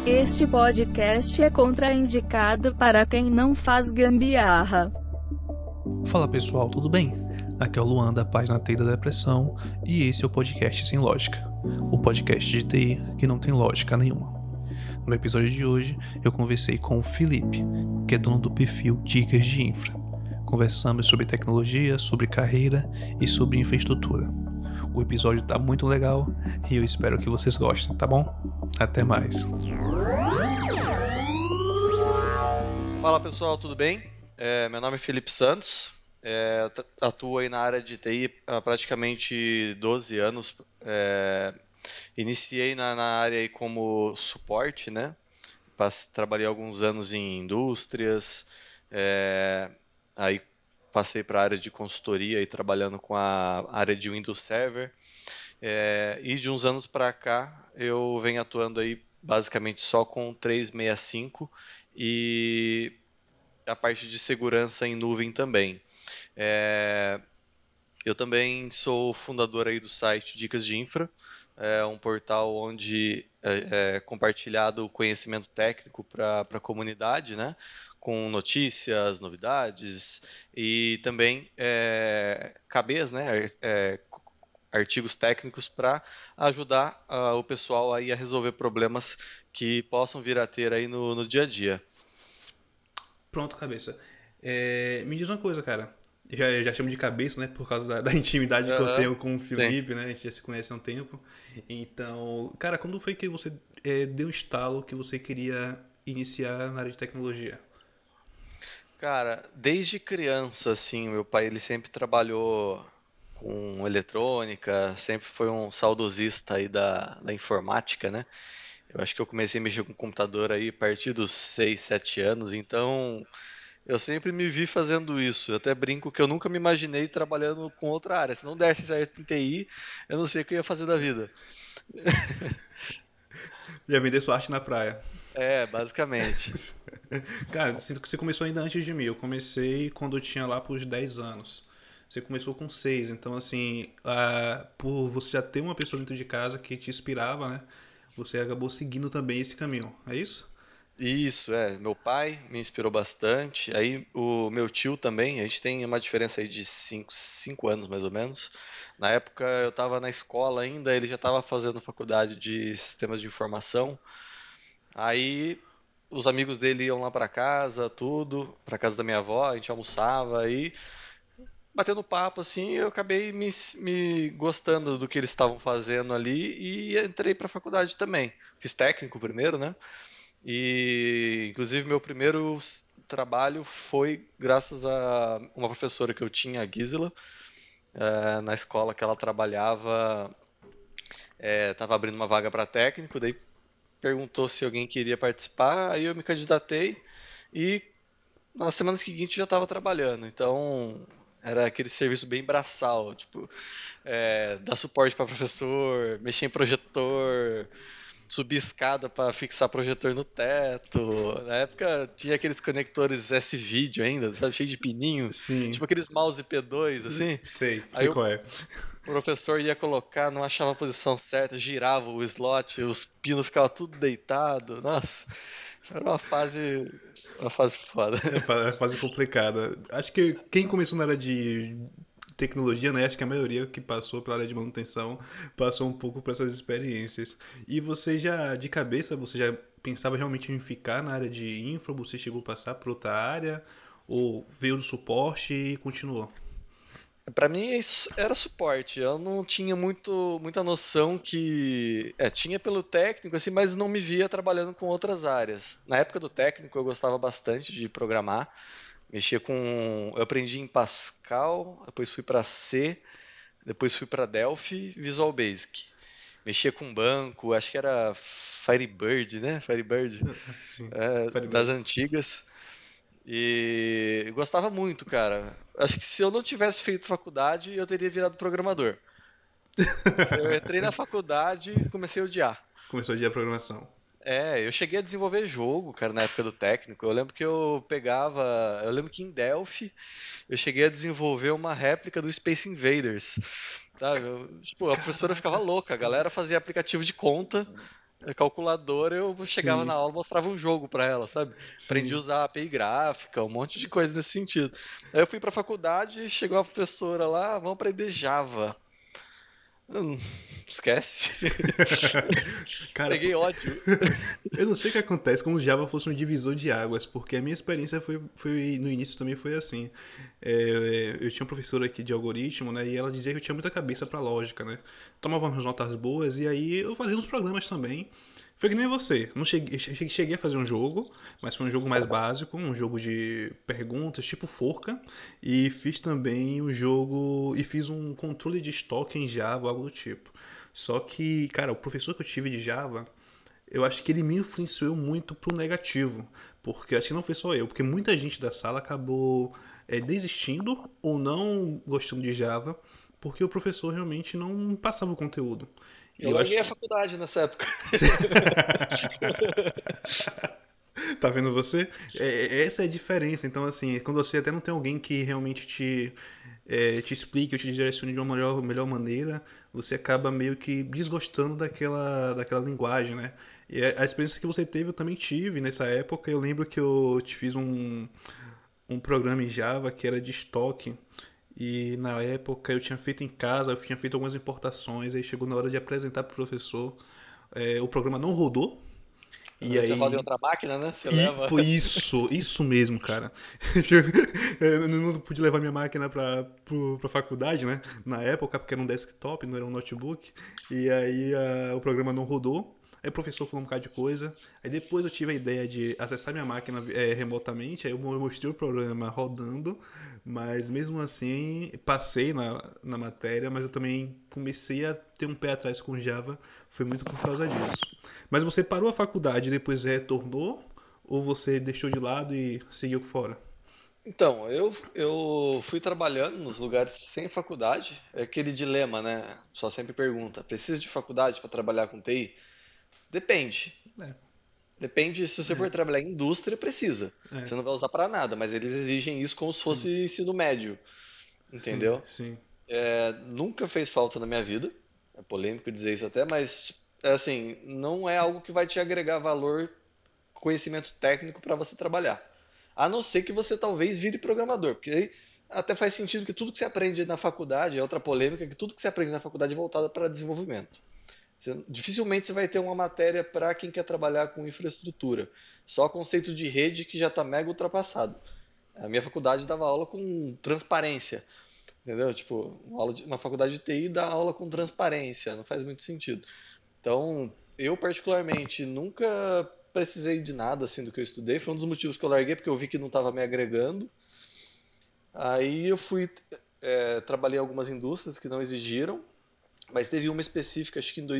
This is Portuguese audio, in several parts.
Este podcast é contraindicado para quem não faz gambiarra. Fala pessoal, tudo bem? Aqui é o Luan da página TI da Depressão e esse é o podcast Sem Lógica, o podcast de TI que não tem lógica nenhuma. No episódio de hoje eu conversei com o Felipe, que é dono do perfil Dicas de Infra. Conversamos sobre tecnologia, sobre carreira e sobre infraestrutura. O episódio tá muito legal e eu espero que vocês gostem, tá bom? Até mais. Fala pessoal, tudo bem? Meu nome é Felipe Santos, atuo aí na área de TI há praticamente 12 anos. Iniciei na área aí como suporte, né? Trabalhei alguns anos em indústrias, aí passei para a área de consultoria e trabalhando com a área de Windows Server. E de uns anos para cá eu venho atuando aí basicamente só com 365 e a parte de segurança em nuvem também. Eu também sou fundador aí do site Dicas de Infra, um portal onde é compartilhado o conhecimento técnico para a comunidade, né? Com notícias, novidades e também KBs, né? Artigos técnicos para ajudar o pessoal aí a resolver problemas que possam vir a ter aí no dia a dia. Pronto, cabeça. Me diz uma coisa, cara. Eu já chamo de cabeça, né? Por causa da intimidade que eu tenho com o Sim. Felipe, né? A gente já se conhece há um tempo. Então, cara, quando foi que você deu um estalo que você queria iniciar na área de tecnologia? Cara, desde criança, assim, meu pai ele sempre trabalhou com eletrônica, sempre foi um saudosista aí da informática, né? Eu acho que eu comecei a mexer com computador aí a partir dos 6, 7 anos, então eu sempre me vi fazendo isso. Eu até brinco que eu nunca me imaginei trabalhando com outra área. Se não desse certo em TI, eu não sei o que eu ia fazer da vida. Ia vender sua arte na praia. Basicamente. Cara, sinto que você começou ainda antes de mim. Eu comecei quando eu tinha lá pros 10 anos. Você começou com 6, então assim, por você já ter uma pessoa dentro de casa que te inspirava, né? Você acabou seguindo também esse caminho, é isso? Isso, meu pai me inspirou bastante. Aí o meu tio também, a gente tem uma diferença aí de 5 anos mais ou menos. Na época eu estava na escola ainda, ele já estava fazendo faculdade de sistemas de informação. Aí os amigos dele iam lá para casa, tudo, para casa da minha avó, a gente almoçava aí, batendo papo assim, eu acabei me gostando do que eles estavam fazendo ali e entrei para a faculdade também. Fiz técnico primeiro, né? E, inclusive, meu primeiro trabalho foi graças a uma professora que eu tinha, a Gisela, na escola que ela trabalhava, estava abrindo uma vaga para técnico, daí perguntou se alguém queria participar, aí eu me candidatei e na semana seguinte já estava trabalhando. Então, era aquele serviço bem braçal, tipo, dar suporte para professor, mexer em projetor, subir escada para fixar projetor no teto. Na época tinha aqueles conectores S-Video ainda, sabe, cheio de pininho, Sim, tipo aqueles mouse P2 assim. sei Aí o qual é. professor ia colocar, não achava a posição certa, girava o slot, os pinos ficavam tudo deitado. Nossa, era uma fase foda. É fase complicada. Acho que quem começou na área de tecnologia, né? Acho que a maioria que passou pela área de manutenção passou um pouco por essas experiências. E você já, de cabeça, você já pensava realmente em ficar na área de infra? Você chegou a passar por outra área? Ou veio do suporte e continuou? Pra mim isso era suporte. Eu não tinha muita noção que. Tinha pelo técnico, assim, mas não me via trabalhando com outras áreas. Na época do técnico eu gostava bastante de programar. Mexia com. Eu aprendi em Pascal, depois fui para C, depois fui para Delphi, Visual Basic. Mexia com banco, acho que era Firebird, né? Firebird, Sim, das Firebird. antigas. E gostava muito, cara. Acho que se eu não tivesse feito faculdade, eu teria virado programador. Eu entrei na faculdade e comecei a odiar. Começou a dia a programação. Eu cheguei a desenvolver jogo, cara, na época do técnico. Eu lembro que eu pegava. Eu lembro que em Delphi eu cheguei a desenvolver uma réplica do Space Invaders. Sabe? Tipo, a professora ficava louca, a galera fazia aplicativo de conta calculadora, eu chegava Sim, na aula, mostrava um jogo pra ela, sabe? Aprendi a sim. usar API gráfica, um monte de coisa nesse sentido. Aí eu fui pra faculdade, chegou a professora lá, vamos aprender Java. Hum, esquece. Cara, Peguei ódio. eu não sei o que acontece como o Java fosse um divisor de águas, porque a minha experiência foi no início também foi assim. Eu tinha uma professora aqui de algoritmo, né, e ela dizia que eu tinha muita cabeça pra lógica, né. Tomava umas notas boas e aí eu fazia uns programas também. Foi que nem você. Não cheguei a fazer um jogo, mas foi um jogo mais básico, um jogo de perguntas, tipo Forca, e fiz também um jogo e fiz um controle de estoque em Java, algo do tipo. Só que, cara, o professor que eu tive de Java, eu acho que ele me influenciou muito pro negativo. Porque acho que não foi só eu, porque muita gente da sala acabou desistindo ou não gostando de Java, porque o professor realmente não passava o conteúdo. E Eu eu larguei acho. a faculdade nessa época. Tá vendo você? Essa é a diferença. Então, assim, quando você até não tem alguém que realmente te explique ou te direcione de uma melhor maneira, você acaba meio que desgostando daquela linguagem, né? E a experiência que você teve, eu também tive nessa época. Eu lembro que eu te fiz um programa em Java que era de estoque. E na época eu tinha feito em casa, eu tinha feito algumas importações, aí chegou na hora de apresentar para o professor. O programa não rodou, e Você roda em aí outra máquina, né? Você e leva. foi isso mesmo, cara. Eu não pude levar minha máquina pra faculdade, né? Na época, porque era um desktop, não era um notebook. E aí o programa não rodou. Aí o professor falou um bocado de coisa. Aí depois eu tive a ideia de acessar minha máquina remotamente. Aí eu mostrei o programa rodando. Mas mesmo assim, passei na matéria. Mas eu também comecei a ter um pé atrás com Java. Foi muito por causa disso. Mas você parou a faculdade e depois retornou? Ou você deixou de lado e seguiu fora? Então, eu fui trabalhando nos lugares sem faculdade. É aquele dilema, né? Só sempre pergunta: precisa de faculdade para trabalhar com TI? Depende. É, Depende, se você é, for trabalhar em indústria, precisa. é. Você não vai usar para nada, mas eles exigem isso como se Sim, fosse ensino médio, sim, entendeu? sim. Nunca fez falta na minha vida. É polêmico dizer isso até, mas assim, não é algo que vai te agregar valor, conhecimento técnico para você trabalhar. A não ser que você talvez vire programador, porque aí até faz sentido que tudo que você aprende na faculdade, é outra polêmica, que tudo que você aprende na faculdade é voltado para desenvolvimento. Dificilmente você vai ter uma matéria para quem quer trabalhar com infraestrutura. Só conceito de rede que já está mega ultrapassado. A minha faculdade dava aula com transparência, entendeu? Tipo, uma faculdade de TI dá aula com transparência, não faz muito sentido. Então, eu particularmente nunca precisei de nada assim do que eu estudei. Foi um dos motivos que eu larguei, porque eu vi que não estava me agregando. Aí eu fui, trabalhei em algumas indústrias que não exigiram, mas teve uma específica, acho que em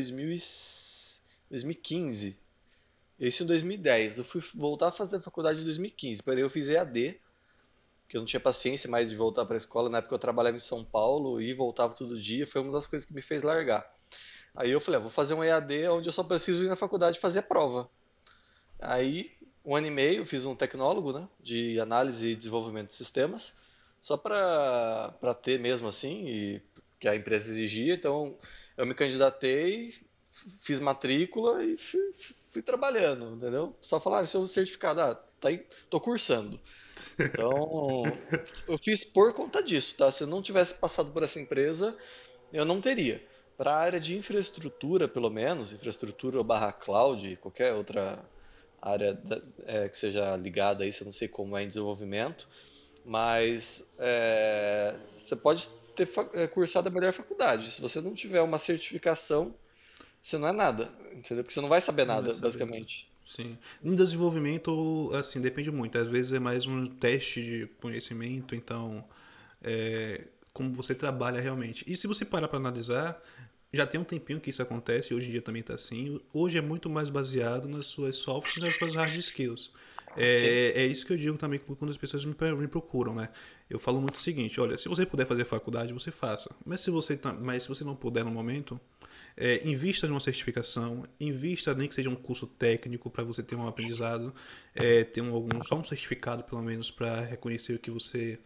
2015. Isso em 2010. Eu fui voltar a fazer a faculdade em 2015, porém eu fiz EAD, que eu não tinha paciência mais de voltar para a escola. Na época eu trabalhava em São Paulo e voltava todo dia. Foi uma das coisas que me fez largar. Aí eu falei, vou fazer um EAD onde eu só preciso ir na faculdade fazer a prova. Aí, um ano e meio, fiz um tecnólogo, né, de análise e desenvolvimento de sistemas, só para ter mesmo assim, e que a empresa exigia. Então, eu me candidatei, fiz matrícula e fui trabalhando, entendeu? Só falar, seu certificado, tá aí, tô cursando. Então, eu fiz por conta disso, tá? Se eu não tivesse passado por essa empresa, eu não teria. Para a área de infraestrutura, pelo menos, infraestrutura barra cloud, qualquer outra área que seja ligada a isso, eu não sei como é em desenvolvimento, mas você pode ter cursado a melhor faculdade. Se você não tiver uma certificação, você não é nada, entendeu? Porque você não vai saber Não vai nada, saber, né? basicamente. Sim. Em desenvolvimento, assim, depende muito. Às vezes é mais um teste de conhecimento, então, como você trabalha realmente. E se você parar para analisar, já tem um tempinho que isso acontece, hoje em dia também está assim. Hoje é muito mais baseado nas suas soft e nas suas hard skills. Sim. É isso que eu digo também quando as pessoas me procuram, né? Eu falo muito o seguinte, olha, se você puder fazer faculdade, você faça. Mas se você não puder no momento, invista numa certificação, invista nem que seja um curso técnico para você ter um aprendizado, ter só um certificado pelo menos para reconhecer o que você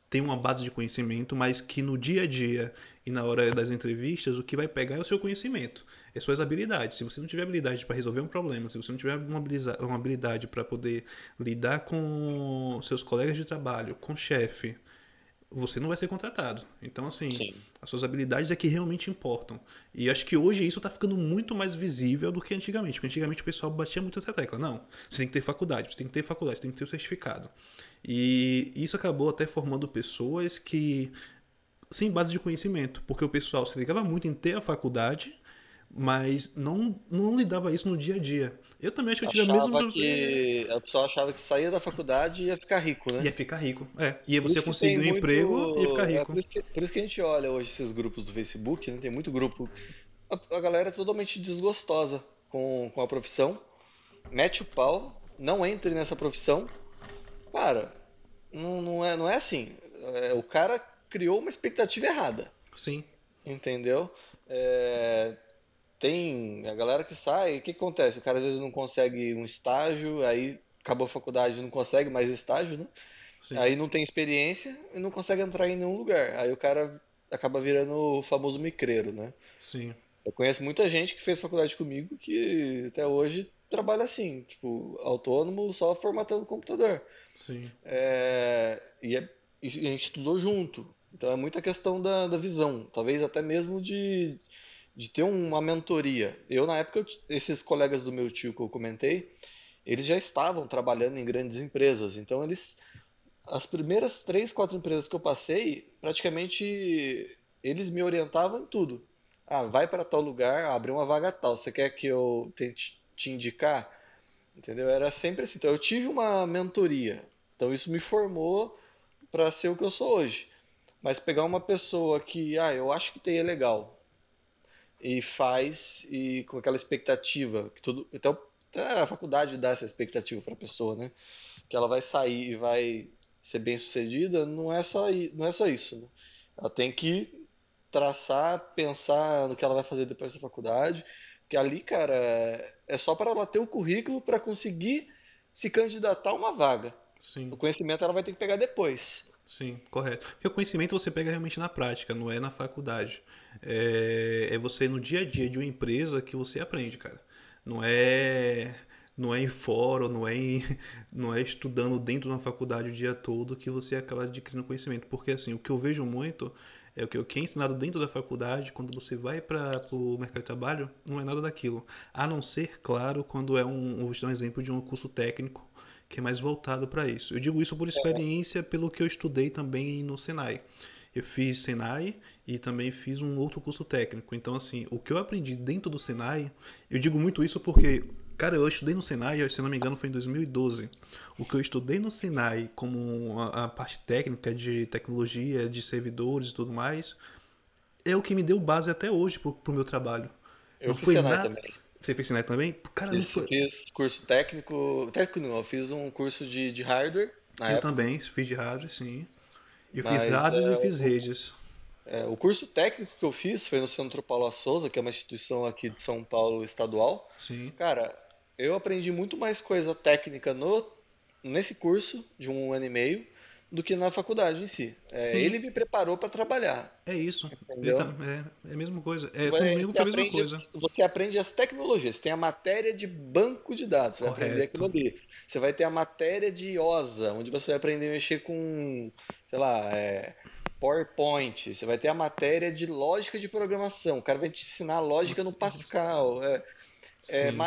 tem uma base de conhecimento, mas que no dia a dia e na hora das entrevistas, o que vai pegar é o seu conhecimento, é suas habilidades. Se você não tiver habilidade para resolver um problema, se você não tiver uma habilidade para poder lidar com seus colegas de trabalho, com o chefe, você não vai ser contratado. Então, assim, Sim. as suas habilidades é que realmente importam. E acho que hoje isso está ficando muito mais visível do que antigamente. Porque antigamente o pessoal batia muito essa tecla. Não, você tem que ter faculdade, você tem que ter faculdade, você tem que ter o certificado. E isso acabou até formando pessoas que sem base de conhecimento. Porque o pessoal se ligava muito em ter a faculdade, mas não lidava isso no dia a dia. Eu também acho que eu tive a mesma... O pessoal achava que saía da faculdade e ia ficar rico, né? Ia ficar rico. E aí Por você isso que tem conseguir um emprego e ia ficar muito. rico. Por isso que a gente olha hoje esses grupos do Facebook, né? Tem muito grupo. A galera é totalmente desgostosa com a profissão. Mete o pau, não entre nessa profissão. Cara, não é assim. O cara criou uma expectativa errada. Sim. Entendeu? Tem a galera que sai, o que acontece? O cara às vezes não consegue um estágio, aí acabou a faculdade e não consegue mais estágio, né? Sim. Aí não tem experiência e não consegue entrar em nenhum lugar. Aí o cara acaba virando o famoso micreiro, né? Sim. Eu conheço muita gente que fez faculdade comigo que até hoje trabalha assim, tipo, autônomo, só formatando o computador. Sim. E a gente estudou junto. Então é muita questão da visão. Talvez até mesmo de ter uma mentoria. Na época, esses colegas do meu tio que eu comentei, eles já estavam trabalhando em grandes empresas. Então as primeiras 3, 4 empresas que eu passei, praticamente eles me orientavam em tudo. Vai para tal lugar, abre uma vaga tal. Você quer que eu tente te indicar? Entendeu? Era sempre assim. Então eu tive uma mentoria. Então isso me formou para ser o que eu sou hoje. Mas pegar uma pessoa que, eu acho que TI é legal, e faz e com aquela expectativa que tudo, então até a faculdade dá essa expectativa para a pessoa, né? Que ela vai sair e vai ser bem sucedida, não é só isso, né? Ela tem que traçar, pensar no que ela vai fazer depois da faculdade, que ali, cara, é só para ela ter o currículo para conseguir se candidatar a uma vaga. Sim. O conhecimento ela vai ter que pegar depois. Sim, correto. Porque o conhecimento você pega realmente na prática, não é na faculdade. É você no dia a dia de uma empresa que você aprende, cara. Não é em fórum, não é estudando dentro de uma faculdade o dia todo que você acaba adquirindo conhecimento. Porque assim, o que eu vejo muito é o que é ensinado dentro da faculdade, quando você vai para o mercado de trabalho, não é nada daquilo. A não ser, claro, quando vou te dar um exemplo de um curso técnico que é mais voltado para isso. Eu digo isso por experiência, pelo que eu estudei também no Senai. Eu fiz Senai e também fiz um outro curso técnico. Então, assim, o que eu aprendi dentro do Senai, eu digo muito isso porque, cara, eu estudei no Senai, se não me engano, foi em 2012. O que eu estudei no Senai, como a parte técnica de tecnologia, de servidores e tudo mais, é o que me deu base até hoje pro meu trabalho. Eu Não fiz foi Senai nada. também. Você fez Senai também? Cara, não foi. Fiz curso técnico. Técnico não, eu fiz um curso de hardware na Eu época, também fiz de hardware, sim. Eu fiz mas rádios e fiz redes. o curso técnico que eu fiz foi no Centro Paulo Souza, que é uma instituição aqui de São Paulo estadual. Sim, Cara, eu aprendi muito mais coisa técnica nesse curso de 1 ano e meio do que na faculdade em si. sim, Ele me preparou para trabalhar, é isso. entendeu? É a mesma coisa. Comigo Você foi a mesma aprende, coisa. você aprende as tecnologias. Você tem a matéria de banco de dados, você vai aprender aquilo Correto. ali. Você vai ter a matéria de OSA, onde você vai aprender a mexer com, sei lá, PowerPoint. Você vai ter a matéria de lógica de programação. O cara vai te ensinar lógica no Pascal. Sim,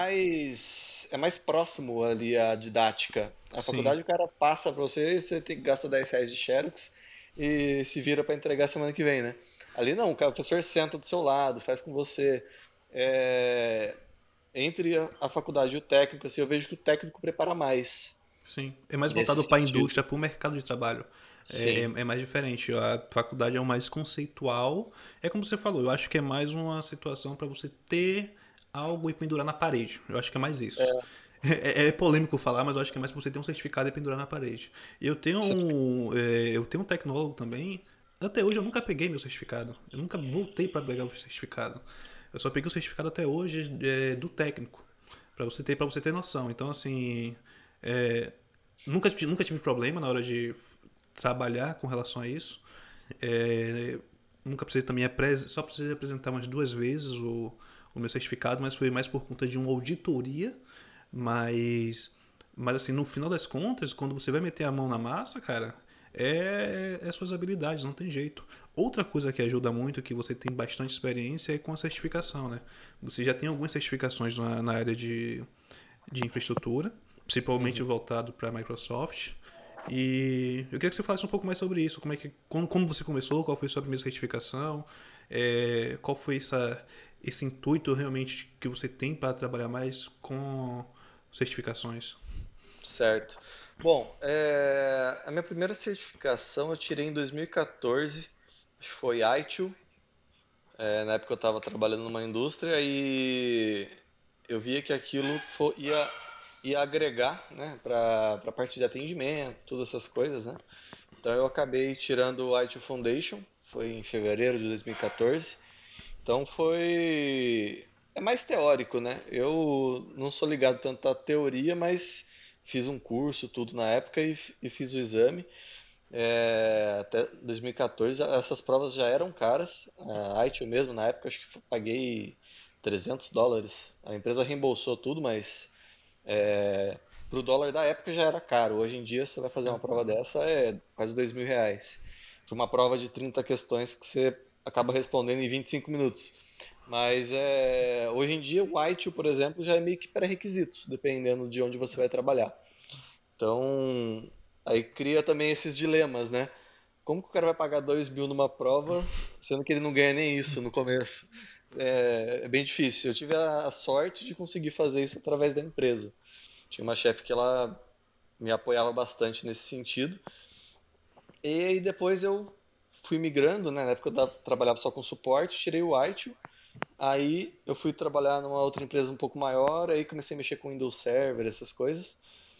É mais próximo ali a didática. Na sim, faculdade o cara passa para você gasta R$ 10 de Xerox e se vira para entregar semana que vem, né? Ali não, o professor senta do seu lado, faz com você. É, Entre a faculdade e o técnico, assim, eu vejo que o técnico prepara mais sim. É mais nesse voltado para a sentido. indústria, para o mercado de trabalho. Sim. É mais diferente. A faculdade é o mais conceitual. É como você falou, eu acho que é mais uma situação para você ter algo e pendurar na parede. Eu acho que é mais isso. É polêmico falar, mas eu acho que é mais pra você ter um certificado e pendurar na parede. Você- Eu tenho um tecnólogo também. Até hoje eu nunca peguei meu certificado. Eu nunca voltei para pegar o certificado. Eu só peguei o certificado até hoje do técnico, para você ter noção. Então assim, nunca tive problema na hora de trabalhar com relação a isso. É, nunca precisei também, só precisei apresentar umas 2 vezes o meu certificado, mas foi mais por conta de uma auditoria. Mas assim, no final das contas, quando você vai meter a mão na massa, cara, é suas habilidades, não tem jeito. Outra coisa que ajuda muito, que você tem bastante experiência, é com a certificação, né? Você já tem algumas certificações na área de infraestrutura, principalmente Uhum. voltado para a Microsoft. E eu queria que você falasse um pouco mais sobre isso. Como você começou, qual foi a sua primeira certificação, qual foi esse intuito realmente que você tem para trabalhar mais com certificações. Certo. Bom, a minha primeira certificação eu tirei em 2014, acho que foi ITIL. Na época eu estava trabalhando numa indústria e eu via que aquilo ia agregar, né, para a parte de atendimento, todas essas coisas, né? Então eu acabei tirando o ITIL Foundation, foi em fevereiro de 2014. Então foi. É mais teórico, né? Eu não sou ligado tanto à teoria, mas fiz um curso, tudo na época e fiz o exame. Até 2014, essas provas já eram caras. A ITIL mesmo, na época, acho que paguei US$ 300. A empresa reembolsou tudo, mas pro dólar da época já era caro. Hoje em dia, você vai fazer uma prova dessa, é quase R$ 2.000. Para uma prova de 30 questões que você acaba respondendo em 25 minutos. Mas hoje em dia o ITIL, por exemplo, já é meio que pré-requisito, dependendo de onde você vai trabalhar. Então, aí cria também esses dilemas, né? Como que o cara vai pagar 2.000 numa prova, sendo que ele não ganha nem isso no começo? É bem difícil. Eu tive a sorte de conseguir fazer isso através da empresa. Tinha uma chefe que ela me apoiava bastante nesse sentido. E aí depois eu fui migrando, né? Na época eu trabalhava só com suporte, tirei o ITIL. Aí eu fui trabalhar numa outra empresa um pouco maior, aí comecei a mexer com Windows Server, essas coisas.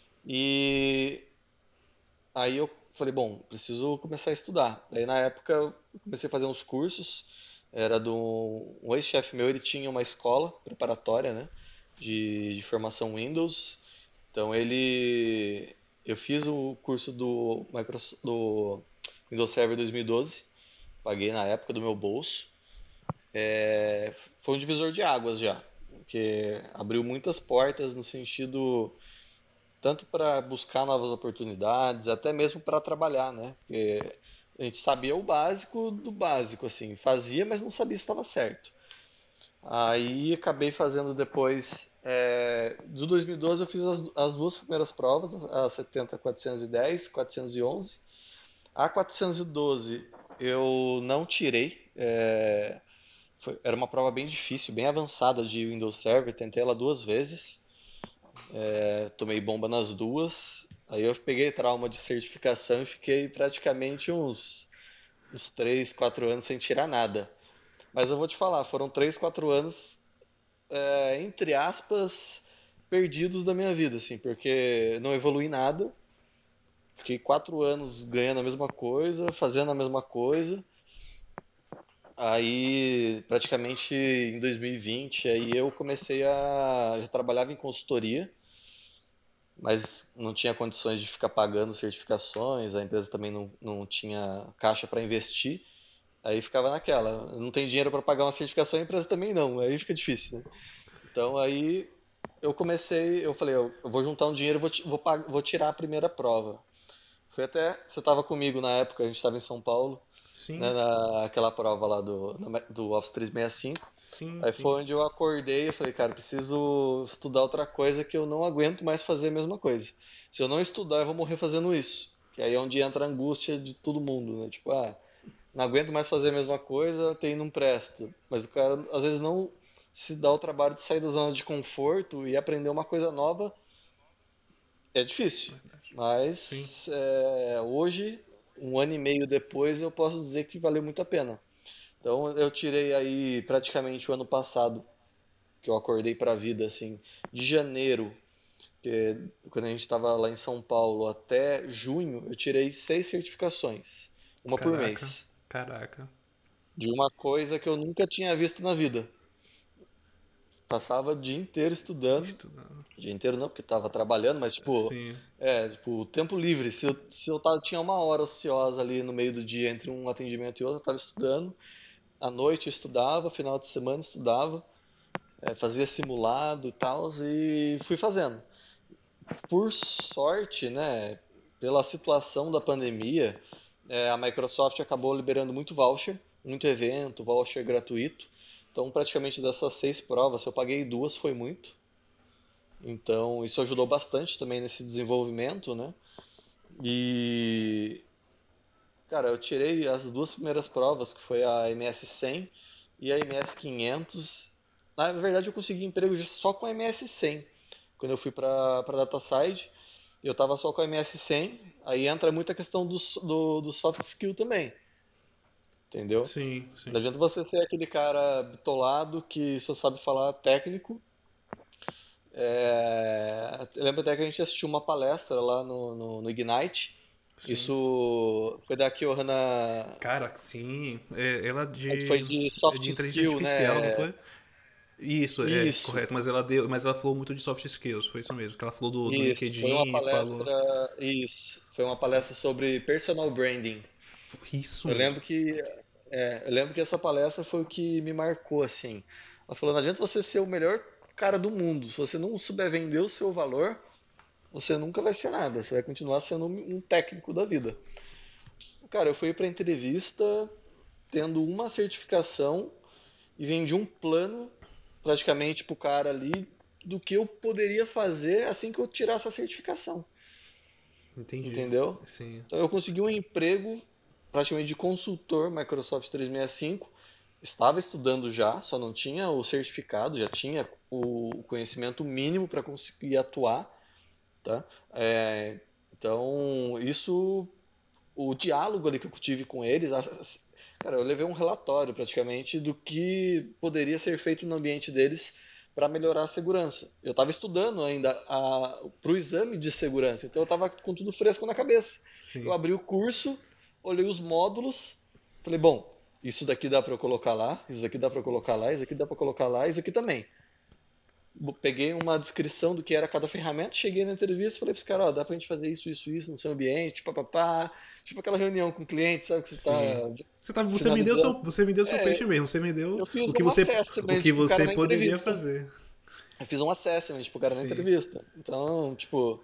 E aí eu falei, bom, preciso começar a estudar. Aí na época eu comecei a fazer uns cursos. Era um ex-chefe meu, ele tinha uma escola preparatória, né, de formação Windows. Então eu fiz o curso do Windows Server 2012, paguei na época do meu bolso. Foi um divisor de águas já, porque abriu muitas portas no sentido tanto para buscar novas oportunidades, até mesmo para trabalhar, né? Porque a gente sabia o básico do básico, assim, fazia, mas não sabia se estava certo. Aí acabei fazendo depois, do 2012 eu fiz as duas primeiras provas, a 70 410, 411. A 412 eu não tirei, era uma prova bem difícil, bem avançada de Windows Server, tentei ela 2 vezes. Tomei bomba nas duas. Aí eu peguei trauma de certificação e fiquei praticamente uns 3, 4 anos sem tirar nada. Mas eu vou te falar, foram 3, 4 anos, entre aspas, perdidos da minha vida, assim, porque não evolui nada. Fiquei 4 anos ganhando a mesma coisa, fazendo a mesma coisa. Aí, praticamente em 2020, aí eu comecei já trabalhava em consultoria, mas não tinha condições de ficar pagando certificações, a empresa também não tinha caixa para investir, aí ficava naquela, não tem dinheiro para pagar uma certificação, a empresa também não, aí fica difícil, né? Então aí eu falei, eu vou juntar um dinheiro, vou tirar a primeira prova. Foi até, você estava comigo na época, a gente estava em São Paulo, né, Sim, naquela prova lá do Office 365. sim, Aí sim. foi onde eu acordei e falei, cara, preciso estudar outra coisa que eu não aguento mais fazer a mesma coisa. Se eu não estudar, eu vou morrer fazendo isso. Que aí é onde entra a angústia de todo mundo, né? Tipo, não aguento mais fazer a mesma coisa, TI não presta. Mas o cara, às vezes, não se dá o trabalho de sair da zona de conforto e aprender uma coisa nova é difícil. Verdade. Sim. Mas hoje, um ano e meio depois, eu posso dizer que valeu muito a pena. Então eu tirei aí praticamente o ano passado, que eu acordei para a vida, assim, de janeiro, que quando a gente estava lá em São Paulo, até junho, eu tirei 6 certificações, uma por Caraca, mês, caraca. de uma coisa que eu nunca tinha visto na vida. Passava o dia inteiro estudando. Estudando. O dia inteiro não, porque tava trabalhando, mas tipo, Sim. tipo, tempo livre. Se eu tinha uma hora ociosa ali no meio do dia entre um atendimento e outro, eu tava estudando. À noite eu estudava, final de semana eu estudava, fazia simulado e tal, e fui fazendo. Por sorte, né, pela situação da pandemia, a Microsoft acabou liberando muito voucher, muito evento, voucher gratuito. Então, praticamente dessas 6 provas, se eu paguei 2, foi muito. Então, isso ajudou bastante também nesse desenvolvimento, né? E, cara, eu tirei as 2 primeiras provas, que foi a MS-100 e a MS-500. Na verdade, eu consegui emprego só com a MS-100, quando eu fui para DataSide. Eu tava só com a MS-100, aí entra muita questão do soft skill também, entendeu? Sim, Não sim. adianta você ser aquele cara bitolado que só sabe falar técnico. Eu lembro até que a gente assistiu uma palestra lá no Ignite. Sim. Isso foi da Kyohana, Cara, sim. Ela foi de soft de inteligência skill, artificial, não né? foi? Isso, é Isso, correto. Mas ela falou muito de soft skills, foi isso mesmo. Que ela falou do isso. Foi uma LinkedIn, palestra, falou. isso. Foi uma palestra sobre personal branding. Isso Eu mesmo. lembro que, eu lembro que essa palestra foi o que me marcou, assim. Ela falou, não adianta você ser o melhor cara do mundo. Se você não souber vender o seu valor, você nunca vai ser nada. Você vai continuar sendo um técnico da vida. Cara, eu fui pra entrevista tendo uma certificação e vendi um plano praticamente pro cara ali do que eu poderia fazer assim que eu tirasse a certificação. Entendi. Entendeu? Sim. Então eu consegui um emprego praticamente de consultor Microsoft 365. Estava estudando já, só não tinha o certificado, já tinha o conhecimento mínimo para conseguir atuar, tá? Então, isso, o diálogo ali que eu tive com eles, cara, eu levei um relatório praticamente do que poderia ser feito no ambiente deles para melhorar a segurança. Eu estava estudando ainda para o exame de segurança, então eu estava com tudo fresco na cabeça. Eu Sim. abri o curso, olhei os módulos, falei, bom, isso daqui dá para eu colocar lá, isso daqui dá para eu colocar lá, isso daqui dá para colocar lá, isso aqui também. Peguei uma descrição do que era cada ferramenta, cheguei na entrevista e falei para os caras, ó, dá pra gente fazer isso, isso, isso no seu ambiente, papapá, tipo aquela reunião com o cliente, sabe, que você está Sim. finalizando. Você vendeu seu É, peixe mesmo. Você vendeu eu fiz um o assessment que pro cara você na poderia entrevista. fazer. Eu fiz um assessment pro cara na Sim. entrevista. Então, tipo,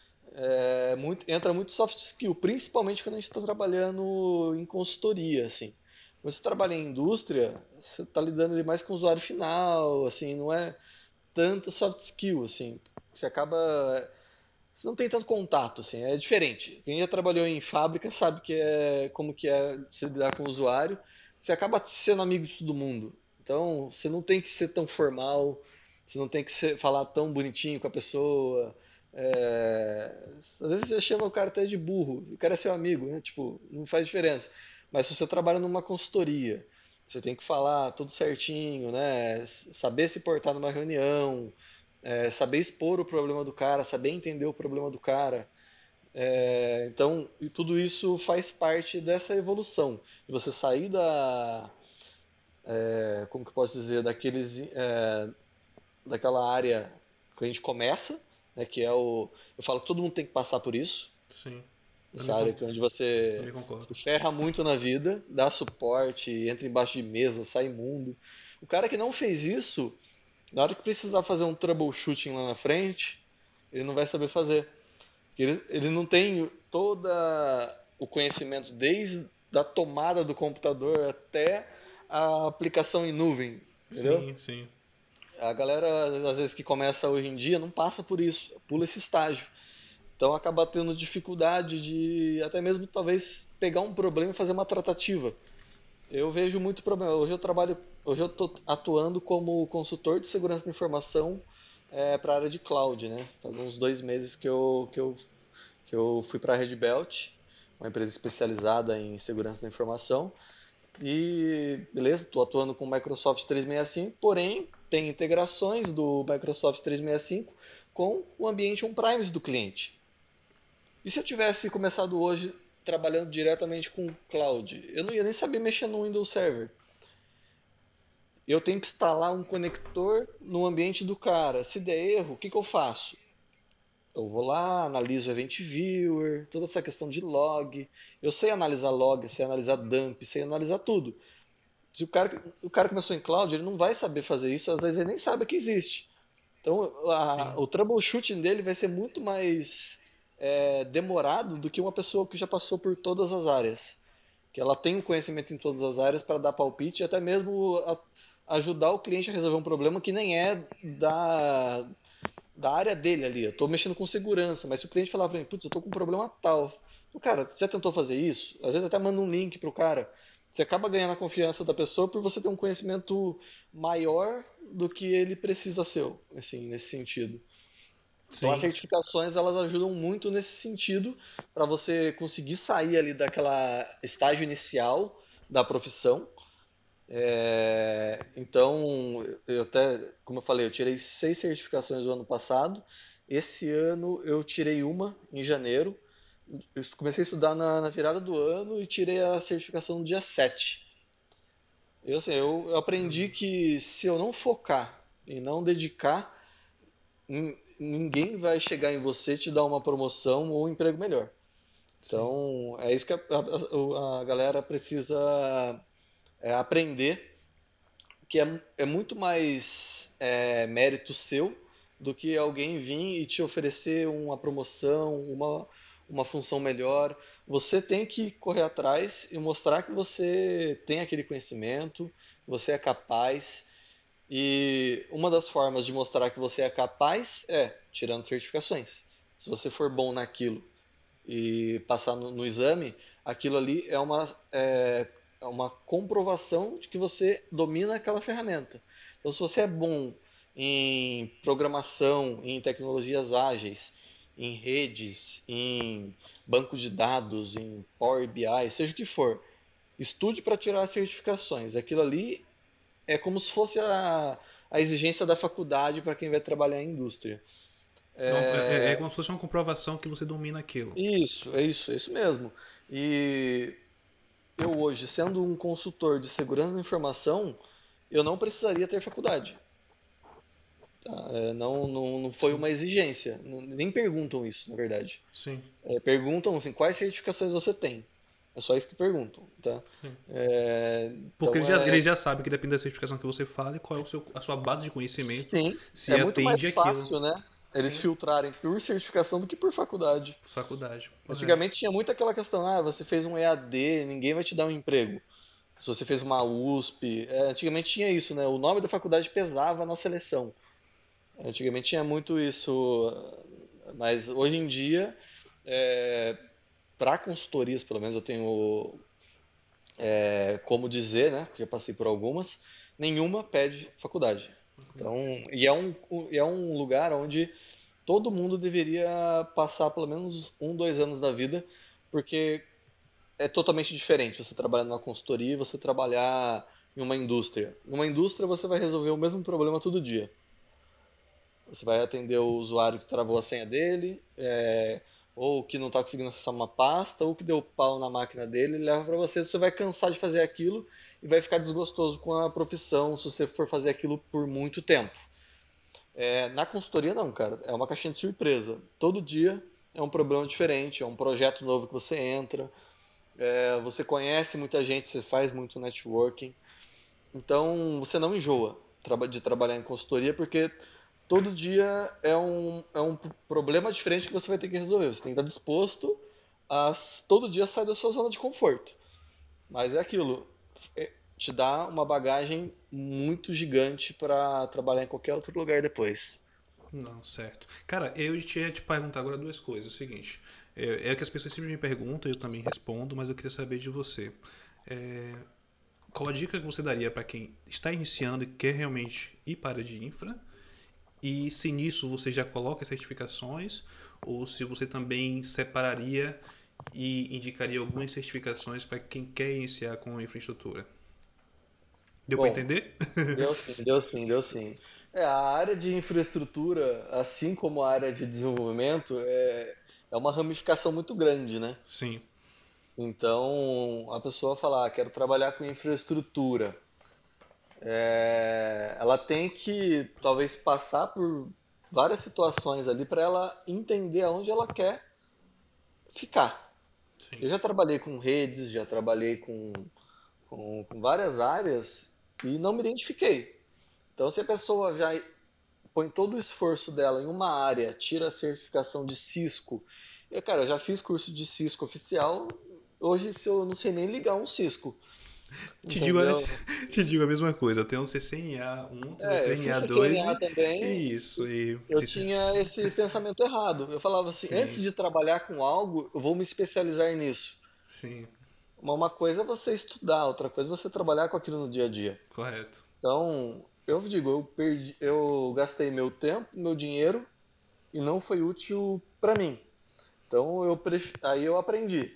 entra muito soft skill, principalmente quando a gente está trabalhando em consultoria, assim. Quando você trabalha em indústria, você está lidando ali mais com o usuário final, assim, não é tanto soft skill, assim. Você acaba. Você não tem tanto contato, assim, é diferente. Quem já trabalhou em fábrica sabe como que é se lidar com o usuário. Você acaba sendo amigo de todo mundo. Então, você não tem que ser tão formal, você não tem que falar tão bonitinho com a pessoa. Às vezes você chama o cara até de burro, o cara é seu amigo, né? Tipo, não faz diferença. Mas se você trabalha numa consultoria, você tem que falar tudo certinho, né? Saber se portar numa reunião, saber expor o problema do cara, saber entender o problema do cara. Então, e tudo isso faz parte dessa evolução. De você sair como que eu posso dizer, daquela área que a gente começa, né, que é eu falo que todo mundo tem que passar por isso, Sim. essa área onde você Também concordo. se ferra muito na vida, dá suporte, entra embaixo de mesa, sai imundo. O cara que não fez isso, na hora que precisar fazer um troubleshooting lá na frente, ele não vai saber fazer. Ele não tem todo o conhecimento desde a tomada do computador até a aplicação em nuvem, entendeu? Sim, sim. A galera, às vezes, que começa hoje em dia, não passa por isso, pula esse estágio. Então acaba tendo dificuldade de até mesmo talvez pegar um problema e fazer uma tratativa. Eu vejo muito problema. Hoje eu estou atuando como consultor de segurança da informação para a área de cloud, né? Faz uns 2 meses que eu fui para a Red Belt, uma empresa especializada em segurança da informação. E beleza, estou atuando com o Microsoft 365, porém tem integrações do Microsoft 365 com o ambiente on-premise do cliente. E se eu tivesse começado hoje trabalhando diretamente com cloud? Eu não ia nem saber mexer no Windows Server. eu tenho que instalar um conector no ambiente do cara. Se der erro, o que que eu faço? Eu vou lá, analiso o Event Viewer, toda essa questão de log. Eu sei analisar log, sei analisar dump, sei analisar tudo. Se o cara começou em cloud, ele não vai saber fazer isso, às vezes ele nem sabe que existe. Então, Sim, o troubleshooting dele vai ser muito mais demorado do que uma pessoa que já passou por todas as áreas. Que ela tem um conhecimento em todas as áreas para dar palpite e até mesmo ajudar o cliente a resolver um problema que nem é da área dele ali. Eu estou mexendo com segurança, mas se o cliente falar para mim, putz, eu estou com um problema tal. Cara, você já tentou fazer isso? Às vezes até manda um link pro cara. Você acaba ganhando a confiança da pessoa por você ter um conhecimento maior do que ele precisa ser, assim, nesse sentido. Então as sim, certificações elas ajudam muito nesse sentido para você conseguir sair ali daquela estágio inicial da profissão. Então eu até, como eu falei, eu tirei 6 certificações no ano passado. Esse ano eu tirei uma em janeiro. Eu comecei a estudar na virada do ano e tirei a certificação no dia 7. Assim, eu aprendi que se eu não focar e não dedicar, ninguém vai chegar em você e te dar uma promoção ou um emprego melhor. sim, Então, é isso que a galera precisa aprender, que é muito mais mérito seu do que alguém vir e te oferecer uma promoção, uma função melhor. Você tem que correr atrás e mostrar que você tem aquele conhecimento, você é capaz. E uma das formas de mostrar que você é capaz é tirando certificações. Se você for bom naquilo e passar no exame, aquilo ali é uma comprovação de que você domina aquela ferramenta. Então, se você é bom em programação, em tecnologias ágeis, em redes, em banco de dados, em Power BI, seja o que for, estude para tirar as certificações. Aquilo ali é como se fosse a exigência da faculdade para quem vai trabalhar em indústria. é como se fosse uma comprovação que você domina aquilo. Isso, é isso mesmo. E eu hoje, sendo um consultor de segurança da informação, eu não precisaria ter faculdade. Tá? Não foi Sim, uma exigência. Nem perguntam isso, na verdade. sim, Perguntam assim, quais certificações você tem. É só isso que perguntam, tá? sim. Porque Então eles já sabem que depende da certificação que você fala e qual é a sua base de conhecimento, sim, é se muito mais atende aquilo. fácil, né? Eles Sim, filtrarem por certificação do que por faculdade. faculdade, correto. Antigamente tinha muito aquela questão, você fez um EAD, ninguém vai te dar um emprego. Se você fez uma USP, antigamente tinha isso, né? O nome da faculdade pesava na seleção. Antigamente tinha muito isso, mas hoje em dia, para consultorias, pelo menos eu tenho como dizer, né? Porque já passei por algumas, nenhuma pede faculdade. Então, Faculdade. e é um lugar onde todo mundo deveria passar pelo menos 2 anos da vida, porque é totalmente diferente você trabalhar numa consultoria e você trabalhar em uma indústria. Numa indústria você vai resolver o mesmo problema todo dia. Você vai atender o usuário que travou a senha dele, ou que não está conseguindo acessar uma pasta, ou que deu pau na máquina dele, ele leva para você, você vai cansar de fazer aquilo e vai ficar desgostoso com a profissão se você for fazer aquilo por muito tempo. Na consultoria não, cara, é uma caixinha de surpresa. Todo dia é um problema diferente, é um projeto novo que você entra, você conhece muita gente, você faz muito networking. Então você não enjoa de trabalhar em consultoria porque todo dia é um problema diferente que você vai ter que resolver. Você tem que estar disposto a todo dia sair da sua zona de conforto. Mas é aquilo, te dá uma bagagem muito gigante para trabalhar em qualquer outro lugar depois. Não, certo. Cara, eu ia te perguntar agora duas coisas. O seguinte, é que as pessoas sempre me perguntam, eu também respondo, mas eu queria saber de você. É, qual a dica que você daria para quem está iniciando e quer realmente ir para a área de infra? E se nisso você já coloca as certificações, ou se você também separaria e indicaria algumas certificações para quem quer iniciar com infraestrutura? Deu para Bom, entender? deu sim, deu sim, deu sim. A área de infraestrutura, assim como a área de desenvolvimento, é uma ramificação muito grande, né? Sim, Então, a pessoa fala, quero trabalhar com infraestrutura. Ela tem que talvez passar por várias situações ali para ela entender aonde ela quer ficar. Eu Sim. já trabalhei com redes, já trabalhei com várias áreas e não me identifiquei. Então, se a pessoa já põe todo o esforço dela em uma área, tira a certificação de Cisco. Eu já fiz curso de Cisco oficial. Hoje, se eu não sei nem ligar um Cisco, Te digo, entendeu? te digo a mesma coisa. Eu tenho um CCNA 1, Eu fiz CCNA 2 CCNA e também. isso. E Eu tinha esse pensamento errado. Eu falava assim, antes sim, de trabalhar com algo, eu vou me especializar nisso. sim, Uma coisa é você estudar, outra coisa é você trabalhar com aquilo no dia a dia. correto. Então, eu digo, eu gastei meu tempo, meu dinheiro e não foi útil para mim. Então, aí eu aprendi.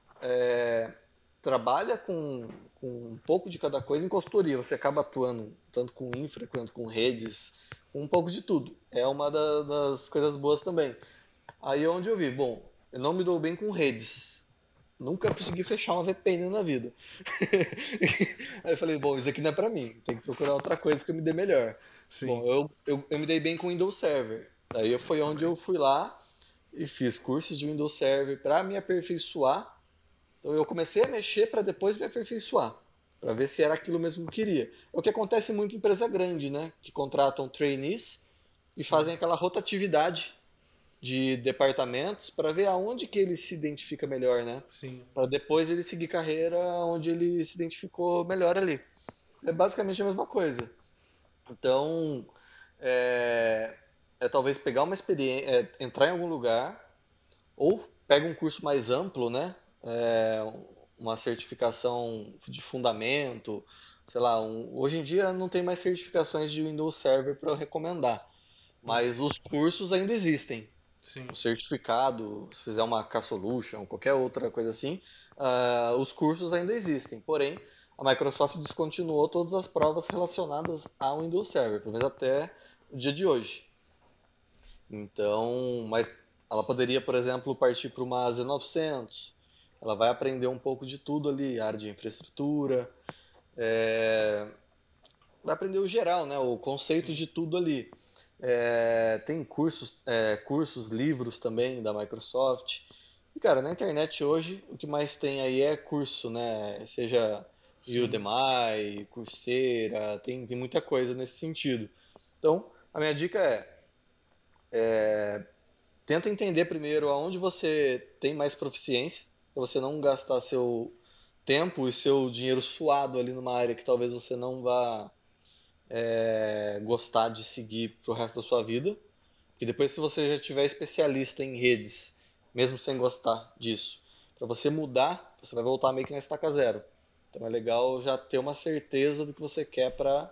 Trabalha com um pouco de cada coisa em consultoria. Você acaba atuando tanto com infra quanto com redes, com um pouco de tudo. É uma das coisas boas também. Aí é onde eu vi, bom, eu não me dou bem com redes. Nunca consegui fechar uma VPN na vida. Aí eu falei, bom, isso aqui não é pra mim. Tem que procurar outra coisa que eu me dê melhor. Bom, Sim, eu me dei bem com Windows Server. Aí foi onde também. eu fui lá e fiz cursos de Windows Server para me aperfeiçoar. Então eu comecei a mexer para depois me aperfeiçoar, para ver se era aquilo mesmo que eu queria. É o que acontece muito em empresa grande, né? Que contratam trainees e Sim, fazem aquela rotatividade de departamentos para ver aonde que ele se identifica melhor, né? sim, Para depois ele seguir carreira onde ele se identificou melhor ali. É basicamente a mesma coisa. Então, é, talvez pegar uma experiência, entrar em algum lugar, ou pega um curso mais amplo, né? Uma certificação de fundamento, sei lá. Hoje em dia não tem mais certificações de Windows Server para eu recomendar, mas os cursos ainda existem. O sim, certificado, se fizer uma K-Solution, qualquer outra coisa assim, os cursos ainda existem. Porém, a Microsoft descontinuou todas as provas relacionadas ao Windows Server, pelo menos até o dia de hoje. Então, mas ela poderia, por exemplo, partir para uma Z900. Ela vai aprender um pouco de tudo ali, área de infraestrutura, vai aprender o geral, né? O conceito sim, de tudo ali. Tem cursos, livros também da Microsoft. E, cara, na internet hoje o que mais tem aí é curso, né? Seja sim, Udemy, Coursera, tem muita coisa nesse sentido. Então, a minha dica tenta entender primeiro aonde você tem mais proficiência, para você não gastar seu tempo e seu dinheiro suado ali numa área que talvez você não vá gostar de seguir pro resto da sua vida. E depois, se você já tiver especialista em redes, mesmo sem gostar disso, para você mudar, você vai voltar meio que na estaca zero. Então é legal já ter uma certeza do que você quer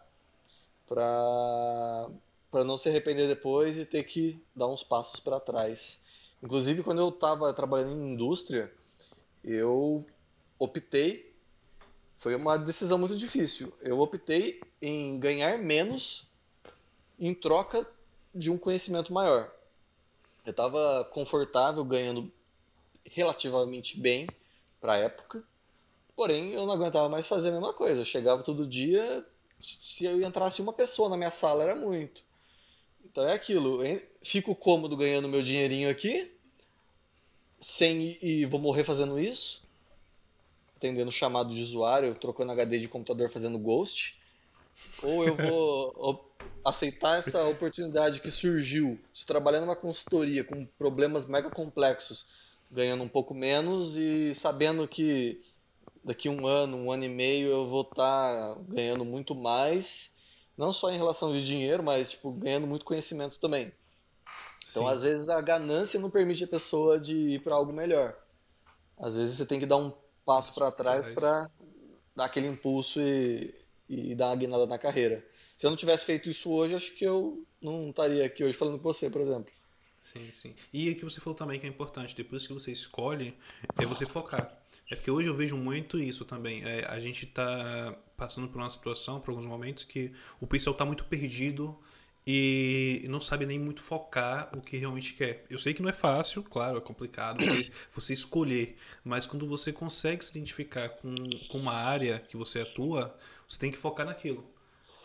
para não se arrepender depois e ter que dar uns passos para trás. Inclusive, quando eu estava trabalhando em indústria, eu optei, foi uma decisão muito difícil. Eu optei em ganhar menos em troca de um conhecimento maior. Eu estava confortável, ganhando relativamente bem para a época, porém eu não aguentava mais fazer a mesma coisa. Eu chegava todo dia, se eu entrasse uma pessoa na minha sala era muito. Então é aquilo, fico cômodo ganhando meu dinheirinho aqui, sem e vou morrer fazendo isso, atendendo chamado de usuário, trocando HD de computador fazendo ghost, ou eu vou aceitar essa oportunidade que surgiu de trabalhar numa consultoria com problemas mega complexos, ganhando um pouco menos e sabendo que daqui um ano e meio eu vou estar ganhando muito mais, não só em relação de dinheiro, mas tipo, ganhando muito conhecimento também. Então, sim. às vezes, a ganância não permite a pessoa de ir para algo melhor. Às vezes, você tem que dar um passo Passo para pra trás trás. para dar aquele impulso e dar uma guinada na carreira. Se eu não tivesse feito isso hoje, acho que eu não estaria aqui hoje falando com você, por exemplo. Sim, sim. E o que você falou também que é importante, depois que você escolhe, é você focar. É porque hoje eu vejo muito isso também. A gente tá passando por uma situação, por alguns momentos, que o pessoal tá muito perdido e não sabe nem muito focar o que realmente quer. Eu sei que não é fácil, claro, é complicado você escolher, mas quando você consegue se identificar com uma área que você atua, você tem que focar naquilo.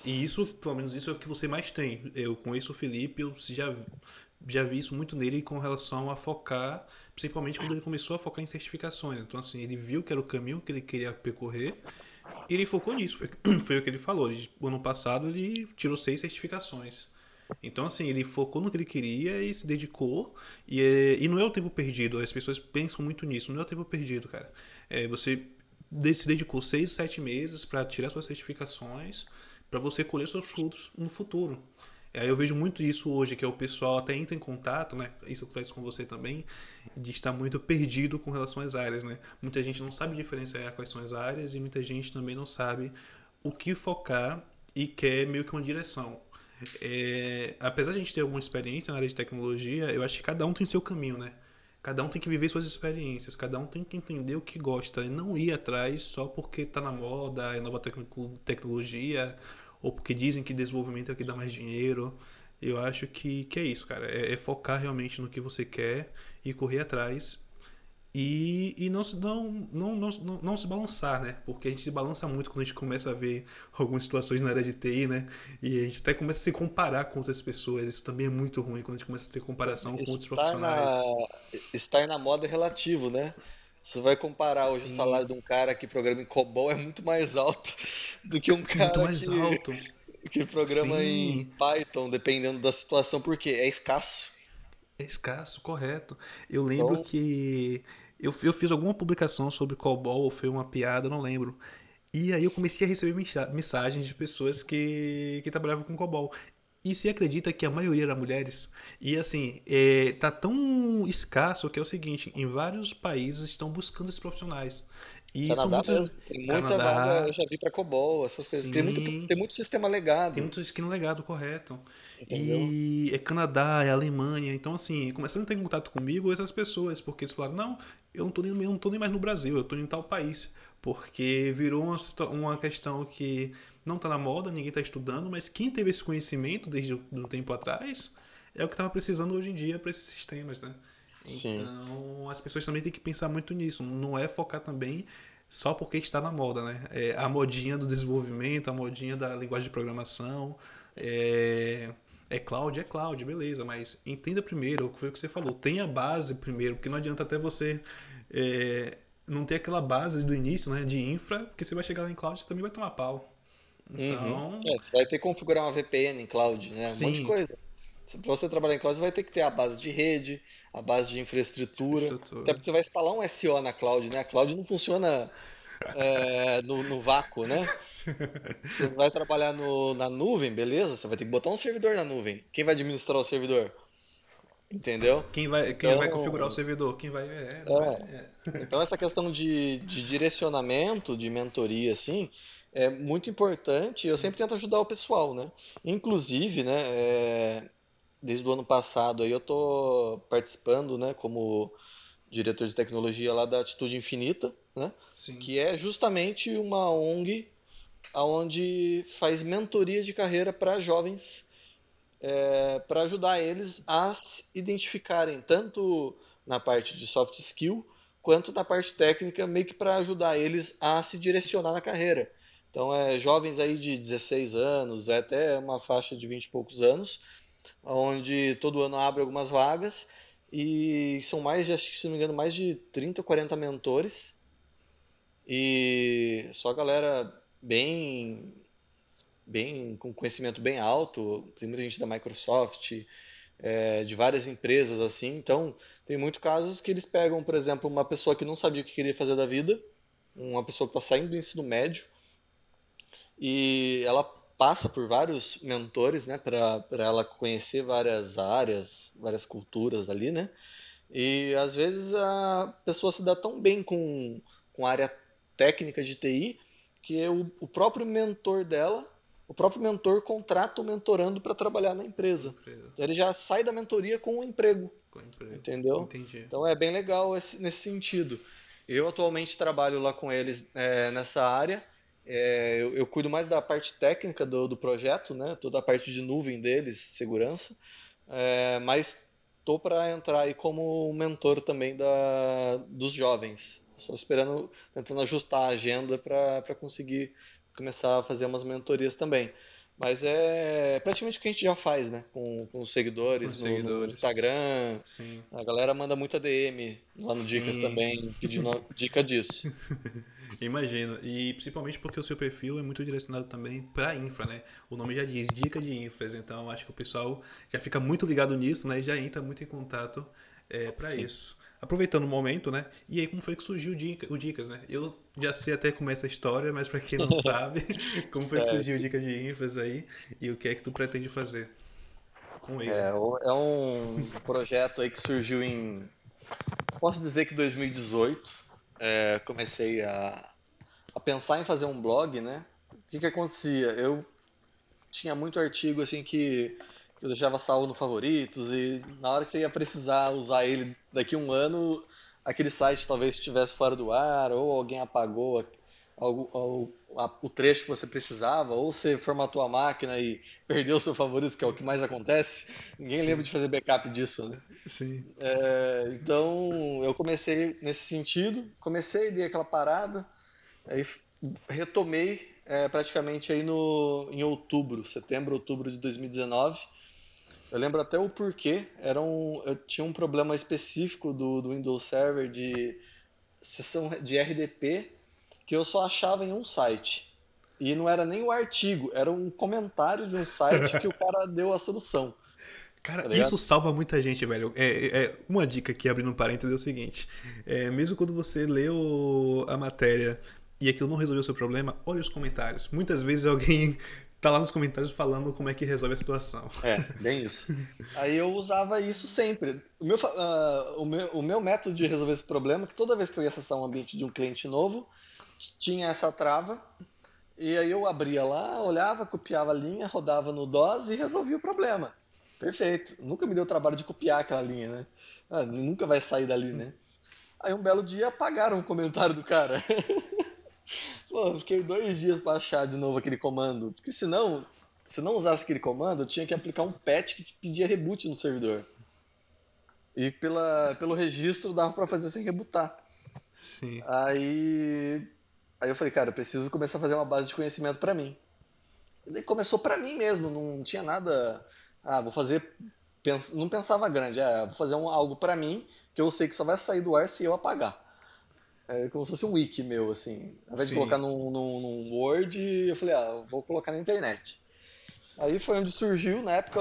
E isso, pelo menos isso é o que você mais tem. Eu conheço o Felipe, eu já vi isso muito nele com relação a focar, principalmente quando ele começou a focar em certificações. Então, assim, ele viu que era o caminho que ele queria percorrer e ele focou nisso. Foi o que ele falou. O ano passado ele tirou 6 certificações. Então, assim, ele focou no que ele queria e se dedicou. E não é o tempo perdido. As pessoas pensam muito nisso. Não é o tempo perdido, cara. Você se dedicou 6, 7 meses para tirar suas certificações, para você colher seus frutos no futuro. Aí eu vejo muito isso hoje, que é o pessoal até entra em contato, né? Isso acontece com você também, de estar muito perdido com relação às áreas, né? Muita gente não sabe diferenciar quais são as áreas e muita gente também não sabe o que focar e quer meio que uma direção. Apesar de a gente ter alguma experiência na área de tecnologia, eu acho que cada um tem seu caminho, né? Cada um tem que viver suas experiências, cada um tem que entender o que gosta e não ir atrás só porque tá na moda, é nova tecnologia, ou porque dizem que desenvolvimento é o que dá mais dinheiro. Eu acho que é isso, cara. É focar realmente no que você quer e correr atrás e não se balançar, né? Porque a gente se balança muito quando a gente começa a ver algumas situações na área de TI, né? E a gente até começa a se comparar com outras pessoas. Isso também é muito ruim quando a gente começa a ter comparação com outros Estar na, profissionais. estar na moda é relativo, né? Você vai comparar hoje o salário Sim, de um cara que programa em COBOL é muito mais alto do que um muito cara mais alto. que programa em Sim, Python, dependendo da situação, porque é escasso. é escasso, correto. Eu lembro Então, que eu fiz alguma publicação sobre COBOL, ou foi uma piada, não lembro. E aí eu comecei a receber mensagens de pessoas que trabalhavam com COBOL. E se acredita que a maioria eram mulheres? E assim, tá tão escasso que é o seguinte, em vários países estão buscando esses profissionais. E são Canadá muitos. mesmo, tem muita vaga, eu Canadá, já vi para COBOL, essas coisas. sim. Tem muito sistema Tem legado, muitos skin legado, correto. entendeu? E é Canadá, é Alemanha. Então, assim, começando a ter contato comigo essas pessoas, porque eles falaram, não, eu não tô nem mais no Brasil, eu tô em tal país. Porque virou uma questão que não tá na moda, ninguém tá estudando, mas quem teve esse conhecimento desde um tempo atrás é o que tava precisando hoje em dia para esses sistemas, né? Sim. Então, as pessoas também têm que pensar muito nisso. Não é focar também só porque está na moda, né? A modinha do desenvolvimento, a modinha da linguagem de programação. É cloud, beleza, mas entenda primeiro o que foi o que você falou. Tenha a base primeiro, porque não adianta até você é, não ter aquela base do início, né, de infra, porque você vai chegar lá em cloud e também vai tomar pau. Uhum. Então, Você vai ter que configurar uma VPN em cloud, né? Um monte de sim, coisa. Para você trabalhar em cloud, você vai ter que ter a base de rede, a base de infraestrutura, até infraestrutura. porque você vai instalar um SO na cloud, né? A cloud não funciona no vácuo, né? Você vai trabalhar na nuvem, beleza? Você vai ter que botar um servidor na nuvem. Quem vai administrar o servidor? Entendeu? Quem vai configurar o Então, servidor? Quem vai. Não é. é, então essa questão de direcionamento, de mentoria, assim, é muito importante. Eu sempre tento ajudar o pessoal, né? Inclusive, né, desde o ano passado aí eu tô participando, né, como diretor de tecnologia lá da Atitude Infinita, né? Sim. Que é justamente uma ONG onde faz mentoria de carreira para jovens, para ajudar eles a se identificarem tanto na parte de soft skill quanto na parte técnica, meio que para ajudar eles a se direcionar na carreira. Então, jovens aí de 16 anos, até uma faixa de 20 e poucos anos, onde todo ano abre algumas vagas e são mais de, acho que se não me engano, mais de 30 ou 40 mentores e só galera bem com conhecimento bem alto, tem muita gente da Microsoft, de várias empresas assim. Então, tem muitos casos que eles pegam, por exemplo, uma pessoa que não sabia o que queria fazer da vida, uma pessoa que está saindo do ensino médio e ela passa por vários mentores, né, para ela conhecer várias áreas, várias culturas ali, né? E às vezes a pessoa se dá tão bem com a área técnica de TI que o próprio mentor dela, o próprio mentor contrata o mentorando para trabalhar na empresa. Empresa. Então ele já sai da mentoria com um emprego, Com emprego. entendeu? Entendi. Então é bem legal nesse sentido. Eu atualmente trabalho lá com eles nessa área. Eu cuido mais da parte técnica do projeto, né? Toda a parte de nuvem deles, segurança. Mas tô para entrar aí como mentor também dos jovens. Só esperando, tentando ajustar a agenda para conseguir começar a fazer umas mentorias também. Mas é praticamente o que a gente já faz, né? Com os Com os seguidores no seguidores. Instagram. Sim. A galera manda muita DM lá no Dicas Sim. também, pedindo dica disso. Imagino. E principalmente porque o seu perfil é muito direcionado também para infra, né? O nome já diz, dica de infras. Então acho que o pessoal já fica muito ligado nisso, né? E já entra muito em contato para Sim. isso. Aproveitando o momento, né? E aí, como foi que surgiu o Dicas, né? Eu já sei até como é essa história, mas para quem não sabe, como foi que surgiu o Certo. Dicas de Infras aí e o que é que tu pretende fazer com ele? É um projeto aí que surgiu posso dizer que 2018. Comecei a pensar em fazer um blog, né? O que que acontecia? Eu tinha muito artigo assim que eu deixava salvo no favoritos e na hora que você ia precisar usar ele daqui a um ano, aquele site talvez estivesse fora do ar ou alguém apagou o trecho que você precisava, ou você formatou a máquina e perdeu o seu favorito, que é o que mais acontece. Ninguém lembra Sim, de fazer backup disso, né? sim. Então eu comecei nesse sentido, dei aquela parada, aí retomei praticamente aí em outubro, setembro, outubro de 2019. Eu lembro até o porquê. Eu tinha um problema específico do Windows Server de seção de RDP que eu só achava em um site. E não era nem o artigo, era um comentário de um site que o cara deu a solução, Cara, tá isso ligado? salva muita gente, velho. Uma dica aqui, abrindo um parênteses, é o seguinte: mesmo quando você lê a matéria e aquilo não resolveu o seu problema, olha os comentários. Muitas vezes alguém tá lá nos comentários falando como é que resolve a situação. Bem isso. Aí eu usava isso sempre. O meu método de resolver esse problema é que toda vez que eu ia acessar um ambiente de um cliente novo, tinha essa trava, e aí eu abria lá, olhava, copiava a linha, rodava no DOS e resolvia o problema. Perfeito. Nunca me deu trabalho de copiar aquela linha, né? Nunca vai sair dali, né? Aí um belo dia apagaram o comentário do cara. Pô, eu fiquei 2 dias pra achar de novo aquele comando. Porque senão, se não usasse aquele comando, eu tinha que aplicar um patch que te pedia reboot no servidor. E pelo registro dava pra fazer sem rebootar. Sim, Aí, aí eu falei, cara, eu preciso começar a fazer uma base de conhecimento pra mim. E daí começou pra mim mesmo, não tinha nada. Vou fazer. Não pensava grande, vou fazer algo pra mim que eu sei que só vai sair do ar se eu apagar. É como se fosse um wiki meu, assim. Ao invés de colocar sim. num Word, eu falei, vou colocar na internet. Aí foi onde surgiu, na época,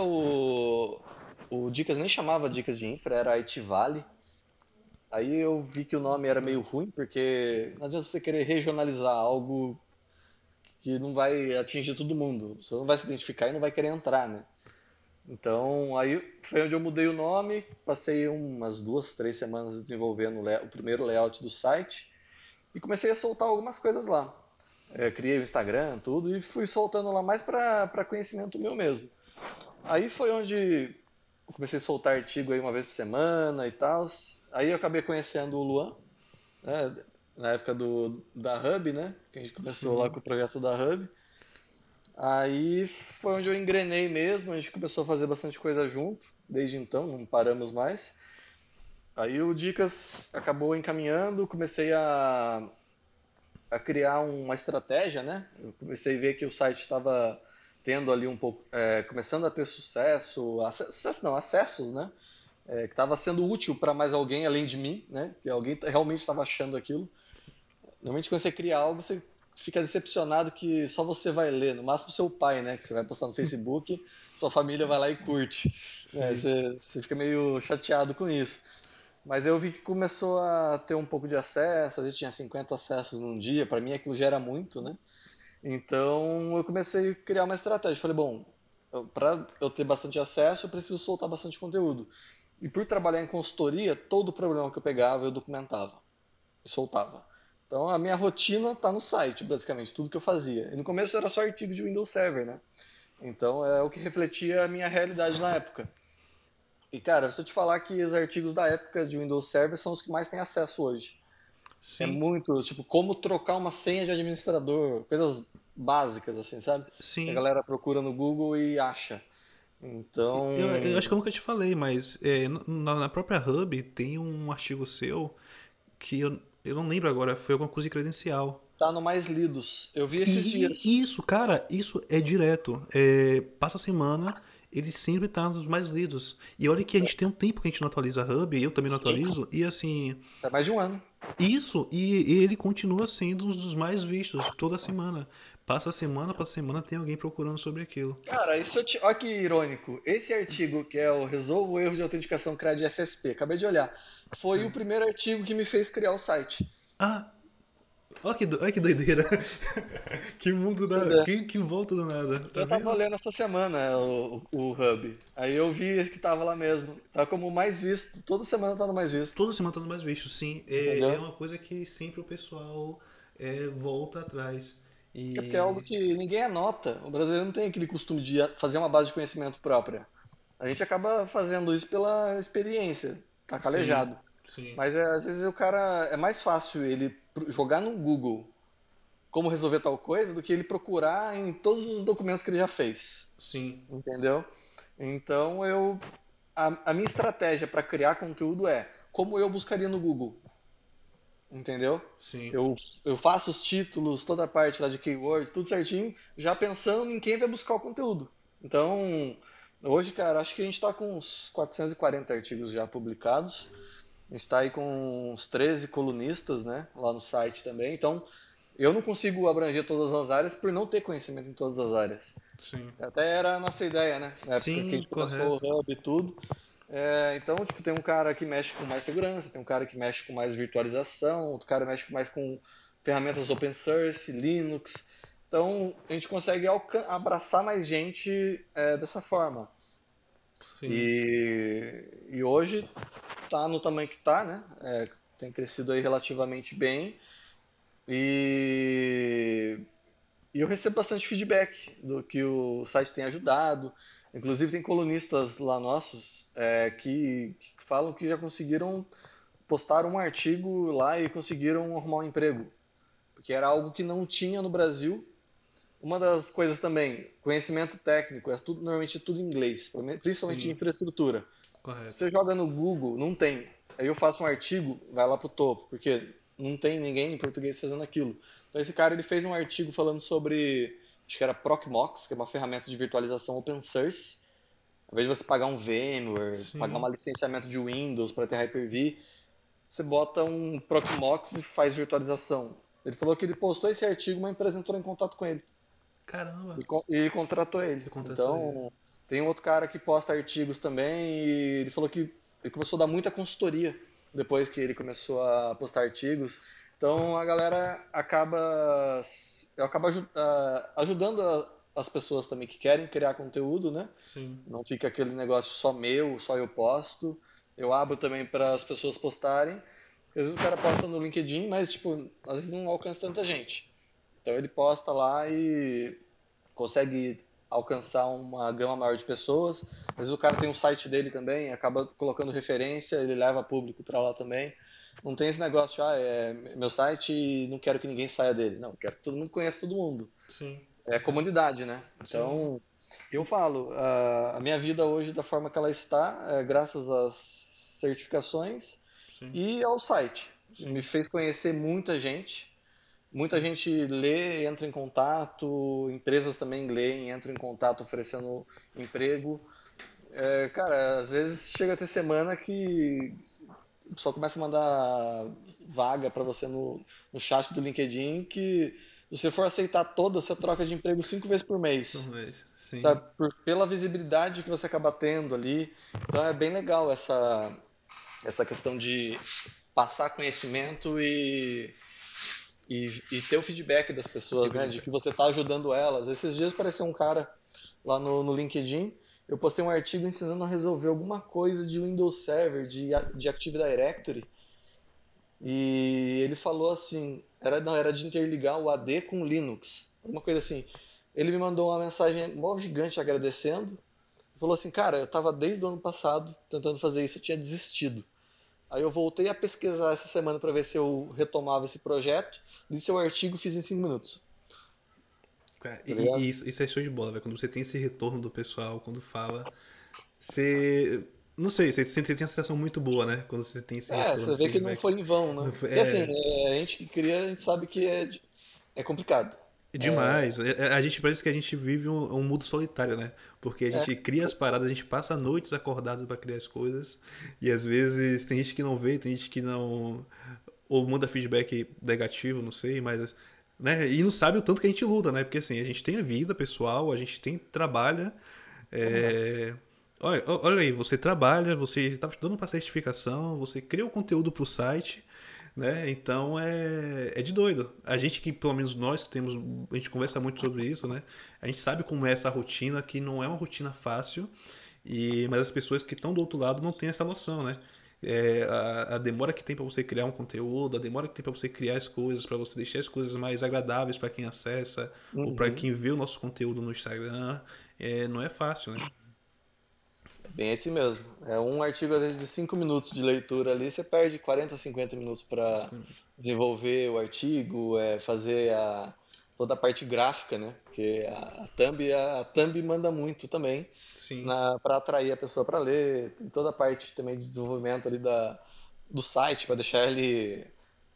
o Dicas nem chamava Dicas de Infra, era IT Valley. Aí eu vi que o nome era meio Verdade. ruim, porque não adianta você querer regionalizar algo que não vai atingir todo mundo. Você não vai se identificar e não vai querer entrar, né? Então, aí foi onde eu mudei o nome, passei umas 2, 3 semanas desenvolvendo o primeiro layout do site e comecei a soltar algumas coisas lá. Criei o Instagram, tudo, e fui soltando lá mais para conhecimento meu mesmo. Aí foi onde eu comecei a soltar artigo aí uma vez por semana e tal. Aí eu acabei conhecendo o Luan, né, na época da Hub, né? Que a gente começou lá Sim. com o projeto da Hub. Aí foi onde eu engrenei mesmo, a gente começou a fazer bastante coisa junto, desde então, não paramos mais. Aí o Dicas acabou encaminhando, comecei a criar uma estratégia, né? Eu comecei a ver que o site estava tendo ali um pouco, começando a ter sucesso não, acessos, né? Que estava sendo útil para mais alguém além de mim, né? Que alguém realmente estava achando aquilo. Normalmente quando você cria algo, você fica decepcionado que só você vai ler, no máximo seu pai, né? Que você vai postar no Facebook, sua família vai lá e curte. Sim. Você fica meio chateado com isso. Mas eu vi que começou a ter um pouco de acesso, às vezes tinha 50 acessos num dia, para mim aquilo já era muito, né? Então eu comecei a criar uma estratégia. Falei, bom, para eu ter bastante acesso, eu preciso soltar bastante conteúdo. E por trabalhar em consultoria, todo problema que eu pegava eu documentava e soltava. Então a minha rotina está no site, basicamente, tudo que eu fazia. E no começo era só artigos de Windows Server, né? Então é o que refletia a minha realidade na época. E cara, se eu te falar que os artigos da época de Windows Server são os que mais têm acesso hoje. É Sim. muito, tipo, como trocar uma senha de administrador, coisas básicas, assim, sabe? Que a Sim. galera procura no Google e acha. Então, Eu acho que eu nunca te falei, mas na própria Hub tem um artigo seu que eu não lembro agora, foi alguma coisa de credencial. tá no mais lidos. Eu vi esses dias. E isso, cara, isso é direto. Passa a semana, ele sempre tá nos mais lidos. E olha que a gente tem um tempo que a gente não atualiza a Hub, eu também não Sim, atualizo, e assim, é mais de um ano. isso, e ele continua sendo um dos mais vistos toda semana. Passa semana, tem alguém procurando sobre aquilo. Cara, olha que irônico. Esse artigo, que é o Resolva o erro de autenticação CRAD SSP, acabei de olhar, foi o primeiro artigo que me fez criar o site. Ah, olha que doideira. Que mundo Você da. vê. Que volta do nada, tá Eu tava vendo? lendo essa semana o Hub. Aí eu vi que tava lá mesmo. Tá como mais visto. Toda semana tá no mais visto. Toda semana tá no mais visto, sim. É Entendeu? uma coisa que sempre o pessoal volta atrás. É porque é algo E. que ninguém anota. O brasileiro não tem aquele costume de fazer uma base de conhecimento própria. A gente acaba fazendo isso pela experiência. Tá Sim, calejado. sim, Mas às vezes o cara é mais fácil ele jogar no Google como resolver tal coisa do que ele procurar em todos os documentos que ele já fez. sim, Entendeu? Então a minha estratégia para criar conteúdo é como eu buscaria no Google. Entendeu? sim. Eu faço os títulos, toda a parte lá de keywords, tudo certinho, já pensando em quem vai buscar o conteúdo. Então, hoje, cara, acho que a gente está com uns 440 artigos já publicados. A gente está aí com uns 13 colunistas, né, lá no site também. Então, eu não consigo abranger todas as áreas por não ter conhecimento em todas as áreas. Sim. Até era a nossa ideia, né? Na época que a Sim, gente começou correto. o Hub e tudo. Então, tipo, tem um cara que mexe com mais segurança, tem um cara que mexe com mais virtualização, outro cara mexe mais com ferramentas open source, Linux. Então, a gente consegue abraçar mais gente dessa forma. Sim. E hoje tá no tamanho que tá, né? Tem crescido aí relativamente bem. E e eu recebo bastante feedback do que o site tem ajudado. Inclusive, tem colunistas lá nossos que falam que já conseguiram postar um artigo lá e conseguiram arrumar um emprego, porque era algo que não tinha no Brasil. Uma das coisas também, conhecimento técnico, normalmente é tudo em inglês, principalmente em Sim, infraestrutura. Se correto. você joga no Google, não tem. Aí eu faço um artigo, vai lá pro topo, porque não tem ninguém em português fazendo aquilo. Então esse cara ele fez um artigo falando sobre, acho que era Proxmox, que é uma ferramenta de virtualização open source. Ao invés de você pagar um VMware, pagar Sim. um licenciamento de Windows para ter Hyper-V, você bota um Proxmox e faz virtualização. Ele falou que ele postou esse artigo, uma empresa entrou em contato com ele Caramba, e contratou ele. você contratou ele. Então, tem um outro cara que posta artigos também e ele falou que ele começou a dar muita consultoria depois que ele começou a postar artigos. Então, a galera acaba ajudando as pessoas também que querem criar conteúdo, né? Sim. Não fica aquele negócio só meu, só eu posto. Eu abro também para as pessoas postarem. Às vezes o cara posta no LinkedIn, mas tipo, às vezes não alcança tanta gente. Então ele posta lá e consegue alcançar uma gama maior de pessoas. Às vezes o cara tem um site dele também, acaba colocando referência, ele leva público para lá também. Não tem esse negócio, é meu site e não quero que ninguém saia dele. Não, quero que todo mundo conheça todo mundo. Sim. É comunidade, né? Sim. Então, eu falo, a minha vida hoje, da forma que ela está, é graças às certificações Sim. e ao site. Me Sim. fez conhecer muita gente. Muita Sim. gente lê, entra em contato, empresas também leem, entram em contato oferecendo emprego. Cara, às vezes chega a ter semana que o pessoal começa a mandar vaga para você no chat do LinkedIn que se você for aceitar todas, você troca de emprego 5 vezes por mês. Talvez. Sim. Sabe? Pela visibilidade que você acaba tendo ali. Então é bem legal essa questão de passar conhecimento e ter o feedback das Que pessoas, né? De bonito. que você está ajudando elas. Esses dias apareceu um cara lá no LinkedIn. Eu postei um artigo ensinando a resolver alguma coisa de Windows Server, de Active Directory. E ele falou assim, era de interligar o AD com o Linux, alguma coisa assim. Ele me mandou uma mensagem mó gigante agradecendo. Falou assim, cara, eu estava desde o ano passado tentando fazer isso, eu tinha desistido. Aí eu voltei a pesquisar essa semana para ver se eu retomava esse projeto. Li seu artigo, fiz em 5 minutos. Cara, Tá ligado? isso é show de bola, velho. Quando você tem esse retorno do pessoal, quando fala, você. Não sei, você tem uma sensação muito boa, né? Quando você tem esse retorno, Você esse vê que não feedback. foi em vão, né? Porque assim, É. a gente que cria, a gente sabe que é complicado. Demais. A gente parece que a gente vive um mundo solitário, né? Porque a É, gente cria as paradas, a gente passa noites acordado pra criar as coisas. E às vezes tem gente que não vê, tem gente que não. Ou manda feedback negativo, não sei, mas. Né? E não sabe o tanto que a gente luta, né? Porque assim, a gente tem vida pessoal, a gente tem trabalha. é, olha aí, você trabalha, você está estudando para certificação, você cria o conteúdo para o site, né? Então é de doido. A gente que, pelo menos nós que temos, a gente conversa muito sobre isso, né? A gente sabe como é essa rotina, que não é uma rotina fácil, mas as pessoas que estão do outro lado não têm essa noção, né? A demora que tem para você criar um conteúdo, a demora que tem para você criar as coisas, para você deixar as coisas mais agradáveis para quem acessa, ou para uhum. quem vê o nosso conteúdo no Instagram, não é fácil, né? É bem esse mesmo. É um artigo, às vezes, de 5 minutos de leitura ali, você perde 40, 50 minutos para desenvolver o artigo, fazer toda a parte gráfica, né? Porque a thumb manda muito também Sim, para atrair a pessoa para ler. Tem toda a parte também de desenvolvimento ali do site, para deixar ele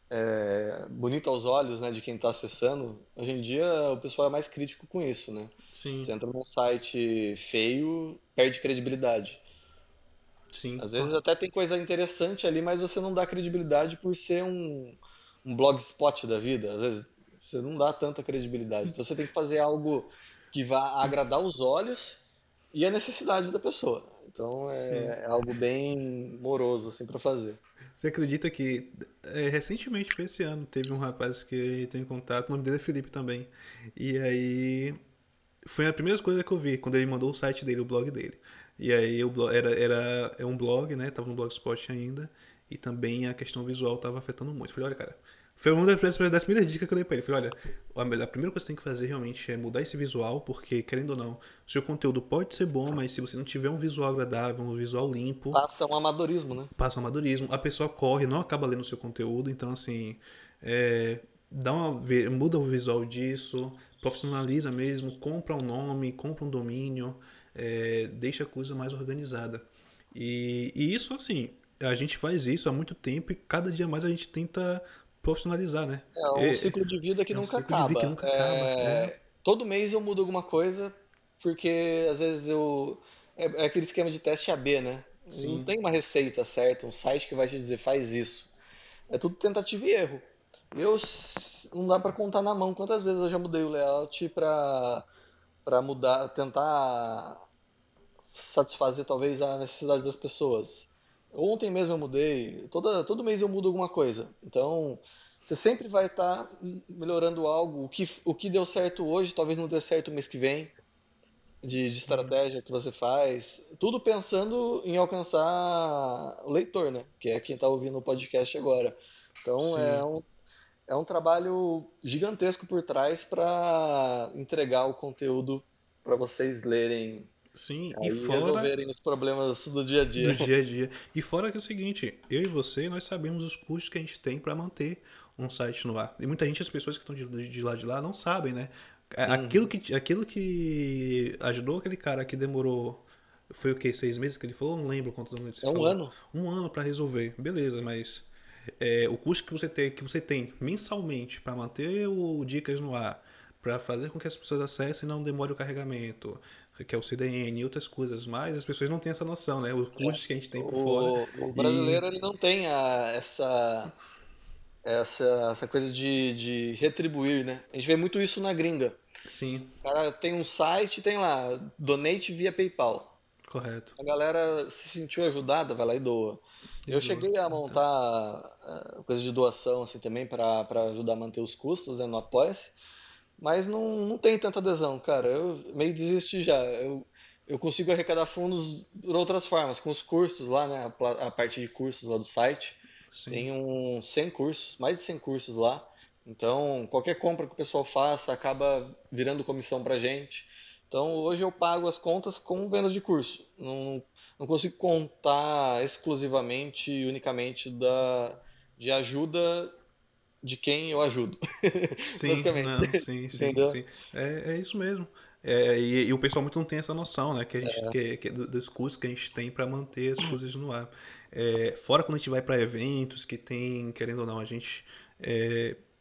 bonito aos olhos, né, de quem está acessando. Hoje em dia o pessoal é mais crítico com isso, né? Você sim, entra num site feio, perde credibilidade. sim, Às vezes até tem coisa interessante ali, mas você não dá credibilidade por ser um blogspot da vida. Às vezes você não dá tanta credibilidade. Então você tem que fazer algo que vá agradar os olhos e a necessidade da pessoa. Então sim. é algo bem moroso assim para fazer. Você acredita que recentemente, foi esse ano, teve um rapaz que entrou em contato, o nome dele é Felipe também. E aí foi a primeira coisa que eu vi, quando ele mandou o site dele, o blog dele. E aí é um blog, né? Tava no Blogspot ainda. E também a questão visual tava afetando muito. Falei, olha, cara. Foi uma das primeiras dicas que eu dei pra ele. Falei, olha, a primeira coisa que você tem que fazer realmente é mudar esse visual, porque, querendo ou não, o seu conteúdo pode ser bom, mas se você não tiver um visual agradável, um visual limpo, Passa um amadorismo, né? passa o amadorismo, a pessoa corre, não acaba lendo o seu conteúdo, então assim, muda o visual disso, profissionaliza mesmo, compra um nome, compra um domínio, deixa a coisa mais organizada. E isso assim, a gente faz isso há muito tempo e cada dia mais a gente tenta profissionalizar, né? É um É, ciclo de vida que é um nunca ciclo de vida que acaba. nunca acaba. Todo mês eu mudo alguma coisa, porque às vezes é aquele esquema de teste AB, né? Não Sim, tem uma receita certa, um site que vai te dizer faz isso. É tudo tentativa e erro. Não dá pra contar na mão quantas vezes eu já mudei o layout pra mudar, tentar satisfazer talvez a necessidade das pessoas. Ontem mesmo eu mudei, todo mês eu mudo alguma coisa. Então, você sempre vai estar melhorando algo. O que deu certo hoje, talvez não dê certo mês que vem, de sim, estratégia que você faz. Tudo pensando em alcançar o leitor, né? Que é quem está ouvindo o podcast agora. Então, é sim. um, é um trabalho gigantesco por trás para entregar o conteúdo para vocês lerem Sim, e aí fora resolverem os problemas do dia a do dia. dia a dia. E fora que é o seguinte, eu e você, nós sabemos os custos que a gente tem para manter um site no ar. E muita gente, as pessoas que estão de lá não sabem, né? Uhum. Aquilo que ajudou aquele cara que demorou. Foi o quê? 6 meses que ele falou? Não lembro quantos anos É vocês um falou. ano. Um ano para resolver. Beleza, mas o custo que você tem mensalmente para manter o Dicas no ar, para fazer com que as pessoas acessem e não demore o carregamento, que é o CDN e outras coisas mais, as pessoas não têm essa noção, né? O custo que a gente tem por fora. O E brasileiro ele não tem essa coisa de retribuir, né? A gente vê muito isso na gringa. sim, O cara tem um site, tem lá, donate via PayPal. correto. A galera se sentiu ajudada, vai lá e doa. E Eu do, cheguei a então, montar coisa de doação assim também para ajudar a manter os custos, né, no Apoia-se, mas não tem tanta adesão, cara. Eu meio desisti já. Eu consigo arrecadar fundos por outras formas, com os cursos lá, né? A parte de cursos lá do site. sim, Tem uns 100 cursos, mais de 100 cursos lá. Então, qualquer compra que o pessoal faça acaba virando comissão pra gente. Então, hoje eu pago as contas com venda de curso. Não consigo contar exclusivamente e unicamente de ajuda de quem eu ajudo. sim, Basicamente. não, sim, sim, Entendeu? sim. É isso mesmo. E o pessoal muito não tem essa noção, né? Que a gente, dos custos que a gente tem para manter as coisas no ar. Fora quando a gente vai para eventos que tem, querendo ou não, a gente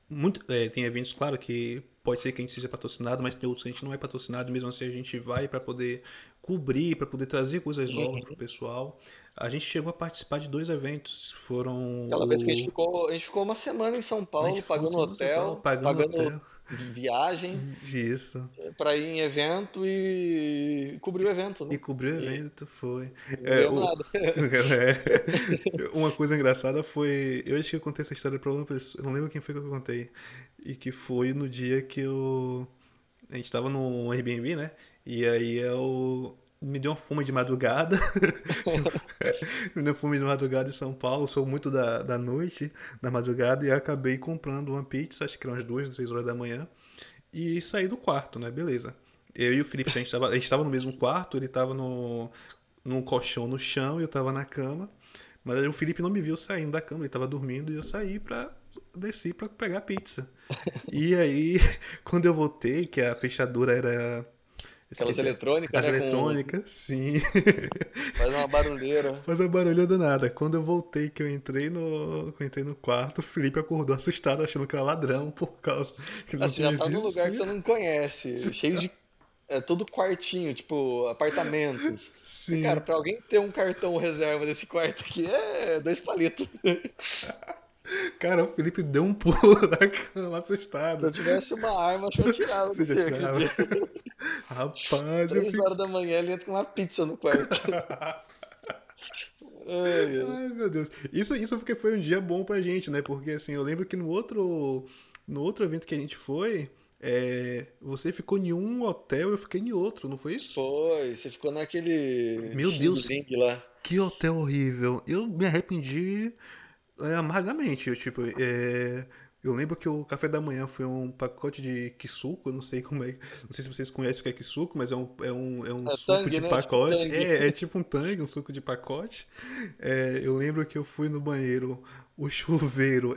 Tem eventos, claro, que pode ser que a gente seja patrocinado, mas tem outros que a gente não é patrocinado, mesmo assim a gente vai para poder cobrir, para poder trazer coisas novas pro Uhum. pessoal. A gente chegou a participar de 2 eventos, foram Aquela vez que o... a gente ficou uma semana em São A gente Paulo, ficou uma pagando semana em São Paulo, hotel, pagando pagando hotel, viagem isso, pra ir em evento e cobrir o evento, e né? cobriu o E evento, foi. não É, ganhamos o... nada. Uma coisa engraçada foi, eu acho que eu contei essa história pra uma pessoa, eu não lembro quem foi que eu contei, e que foi no dia que a gente tava no Airbnb, né? E aí me deu uma fome de madrugada. Me deu fome de madrugada em São Paulo. Sou muito da noite, da madrugada, e acabei comprando uma pizza, acho que eram umas 2, 3 horas da manhã. E saí do quarto, né? Beleza. Eu e o Felipe, a gente tava no mesmo quarto, ele tava num colchão no chão e eu tava na cama. Mas aí o Felipe não me viu saindo da cama, ele tava dormindo e eu desci pra pegar a pizza. E aí, quando eu voltei, que a fechadura era. Aquelas Esqueci. eletrônicas, As né? Com eletrônicas, sim. faz uma barulheira. Faz a barulha danada. Quando eu voltei, que eu entrei no quarto, o Felipe acordou assustado, achando que era ladrão, por causa que ele não Assim, já tinha tá num visto, lugar que sim. você não conhece, cheio de todo quartinho, tipo, apartamentos. Falei, cara, Sim. pra alguém ter um cartão reserva desse quarto aqui é 2 palitos. Cara, o Felipe deu um pulo da cama, Se eu assustado. tivesse uma arma, eu tinha atirado no Você já seu, tirava? acredito. Rapaz, eu 3 fico. horas da manhã ele entra com uma pizza no quarto. Ai, ai. Ai, meu Deus. Isso porque foi um dia bom pra gente, né? Porque assim, eu lembro que no outro evento que a gente foi, você ficou em um hotel, eu fiquei em outro, não foi isso? Foi, você ficou naquele Meu Xing Deus, Ling lá. que hotel horrível. Eu me arrependi amargamente. Eu lembro que o café da manhã foi um pacote de kisuko, eu não sei como é. Não sei se vocês conhecem o que é kisuko, mas é um É suco Tang, de né? Tipo pacote. Tang. É tipo um tangue, um suco de pacote. Eu lembro que eu fui no banheiro, o chuveiro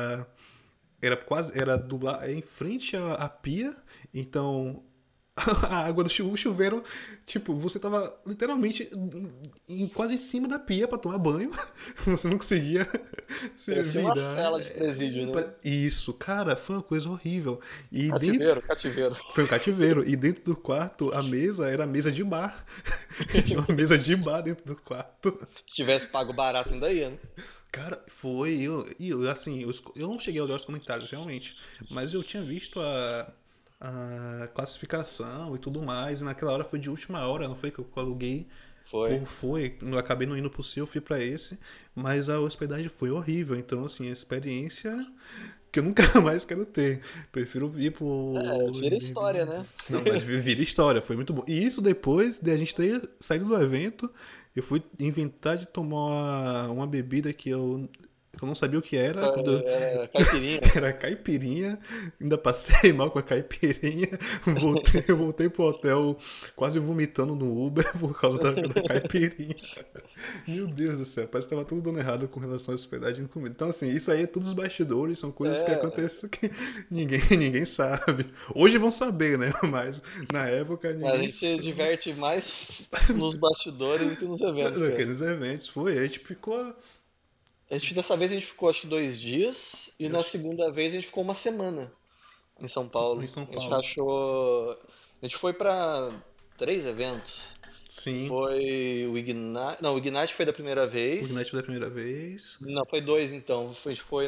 era em frente à pia, então a água do chuveiro, tipo, você tava literalmente quase em cima da pia pra tomar banho. Você não conseguia se Parecia uma virar. cela de presídio, né? Isso, cara, foi uma coisa horrível. E dentro, Cativeiro, cativeiro. foi um cativeiro. E dentro do quarto, a mesa era a mesa de bar. Tinha uma mesa de bar dentro do quarto. Se tivesse pago barato, ainda ia, né? Cara, foi. Assim, eu não cheguei a olhar os comentários, realmente. Mas eu tinha visto a classificação e tudo mais. E naquela hora foi de última hora, não foi que eu aluguei. Foi. Eu acabei não indo pro seu, fui pra esse. Mas a hospedagem foi horrível. Então, assim, a experiência que eu nunca mais quero ter. Prefiro ir É, pro vira história, Airbnb. né? Não, mas vira história, foi muito bom. E isso depois de a gente ter saído do evento, eu fui inventar de tomar uma bebida que eu não sabia o que era, Era caipirinha. que era caipirinha, ainda passei mal com a caipirinha, eu voltei pro hotel quase vomitando no Uber por causa da caipirinha. Meu Deus do céu, parece que tava tudo dando errado com relação à hospedagem e comida. Então, assim, isso aí é tudo os bastidores, são coisas que É, acontecem que ninguém sabe. Hoje vão saber, né? Mas na época a ninguém gente se sabe. diverte mais nos bastidores do que nos eventos, cara. Naqueles eventos, foi. A gente ficou. Dessa vez a gente ficou acho que 2 dias e Eu na acho, segunda vez a gente ficou uma semana em São em Paulo. São A gente Paulo. achou. A gente foi pra 3 eventos. Sim, Foi o Ignite. Não, o Ignite foi da primeira o Ignite vez. foi da primeira vez. Não, foi dois então. A gente foi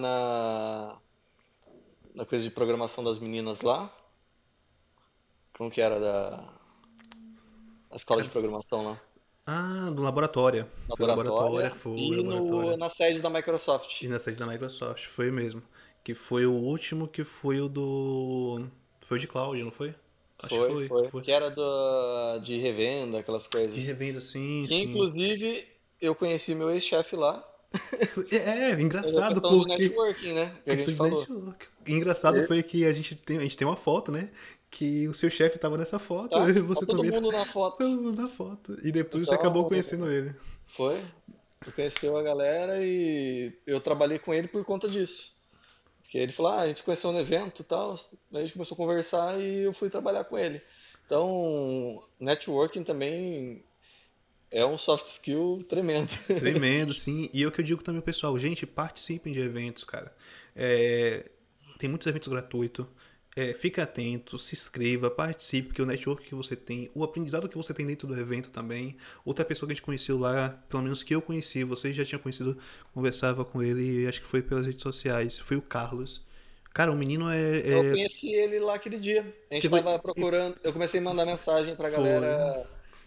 na coisa de programação das meninas lá. Como que era a escola de programação lá? Ah, do laboratório. Foi laboratório, Laboratória. foi E laboratório. na sede da Microsoft. E na sede da Microsoft, foi mesmo. Que foi o último, que foi o do. Foi o de cloud, não foi? Acho que Foi, foi. foi. Foi. Que era de revenda, aquelas De coisas. revenda, sim, Que sim. inclusive eu conheci meu ex-chefe lá. Mas é Engraçado questão de porque. networking, né? Que a Questão gente de falou. network. Engraçado foi que a gente tem uma foto, né? Que o seu chefe tava nessa foto Tá? e Tá você todo também mundo na foto. tava na foto. E depois você acabou Então, conhecendo ele. foi. Eu conheceu a galera e eu trabalhei com ele por conta disso. Porque ele falou, a gente se conheceu no evento e tal. Aí a gente começou a conversar e eu fui trabalhar com ele. Então, networking também é um soft skill tremendo. Tremendo, sim. E é o que eu digo também, pessoal, gente, participem de eventos, cara. É, Tem muitos eventos gratuitos. Fique atento, se inscreva, participe, porque o network que você tem, o aprendizado que você tem dentro do evento também. Outra pessoa que a gente conheceu lá, pelo menos que eu conheci, você já tinha conhecido, conversava com ele, acho que foi pelas redes sociais, foi o Carlos. Cara, o menino Eu conheci ele lá aquele dia. A gente Você foi... tava procurando. Eu comecei a mandar mensagem pra Foi. galera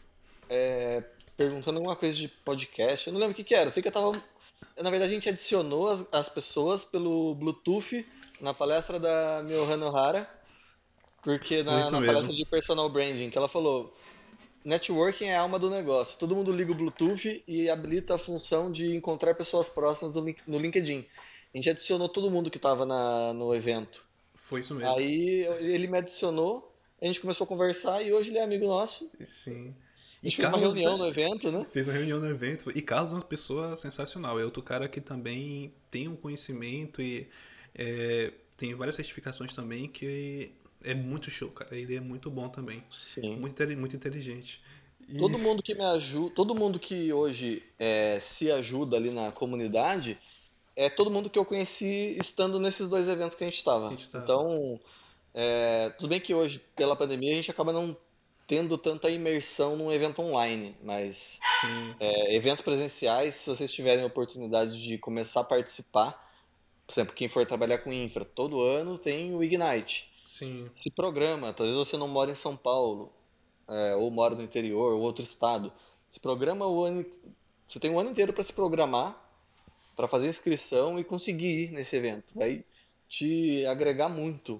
perguntando alguma coisa de podcast. Eu não lembro o que que era. Eu sei que eu tava. Na verdade, a gente adicionou as pessoas pelo Bluetooth na palestra da Miohana Ohara, porque Foi isso na palestra mesmo. de personal branding, que ela falou: networking é a alma do negócio. Todo mundo liga o Bluetooth e habilita a função de encontrar pessoas próximas no LinkedIn. A gente adicionou todo mundo que estava no evento. Foi isso mesmo. Aí ele me adicionou, a gente começou a conversar e hoje ele é amigo nosso. Sim. A E gente fez uma Carlos reunião no evento, né? fez uma reunião no evento. E Carlos é uma pessoa sensacional. É outro cara que também tem um conhecimento e tem várias certificações também que é muito show, cara. Ele é muito bom também. Sim. Muito inteligente. E Todo mundo que me ajuda, todo mundo que hoje se ajuda ali na comunidade, é todo mundo que eu conheci estando nesses dois eventos que a gente a estava. gente tá. Então, tudo bem que hoje, pela pandemia, a gente acaba não tendo tanta imersão num evento online, mas Sim, eventos presenciais, se vocês tiverem a oportunidade de começar a participar, por exemplo, quem for trabalhar com infra, todo ano tem o Ignite. sim, Se programa, talvez você não mora em São Paulo, ou mora no interior, ou outro estado. Se programa o ano, você tem um ano inteiro para se programar, para fazer inscrição e conseguir ir nesse evento. Vai te agregar muito.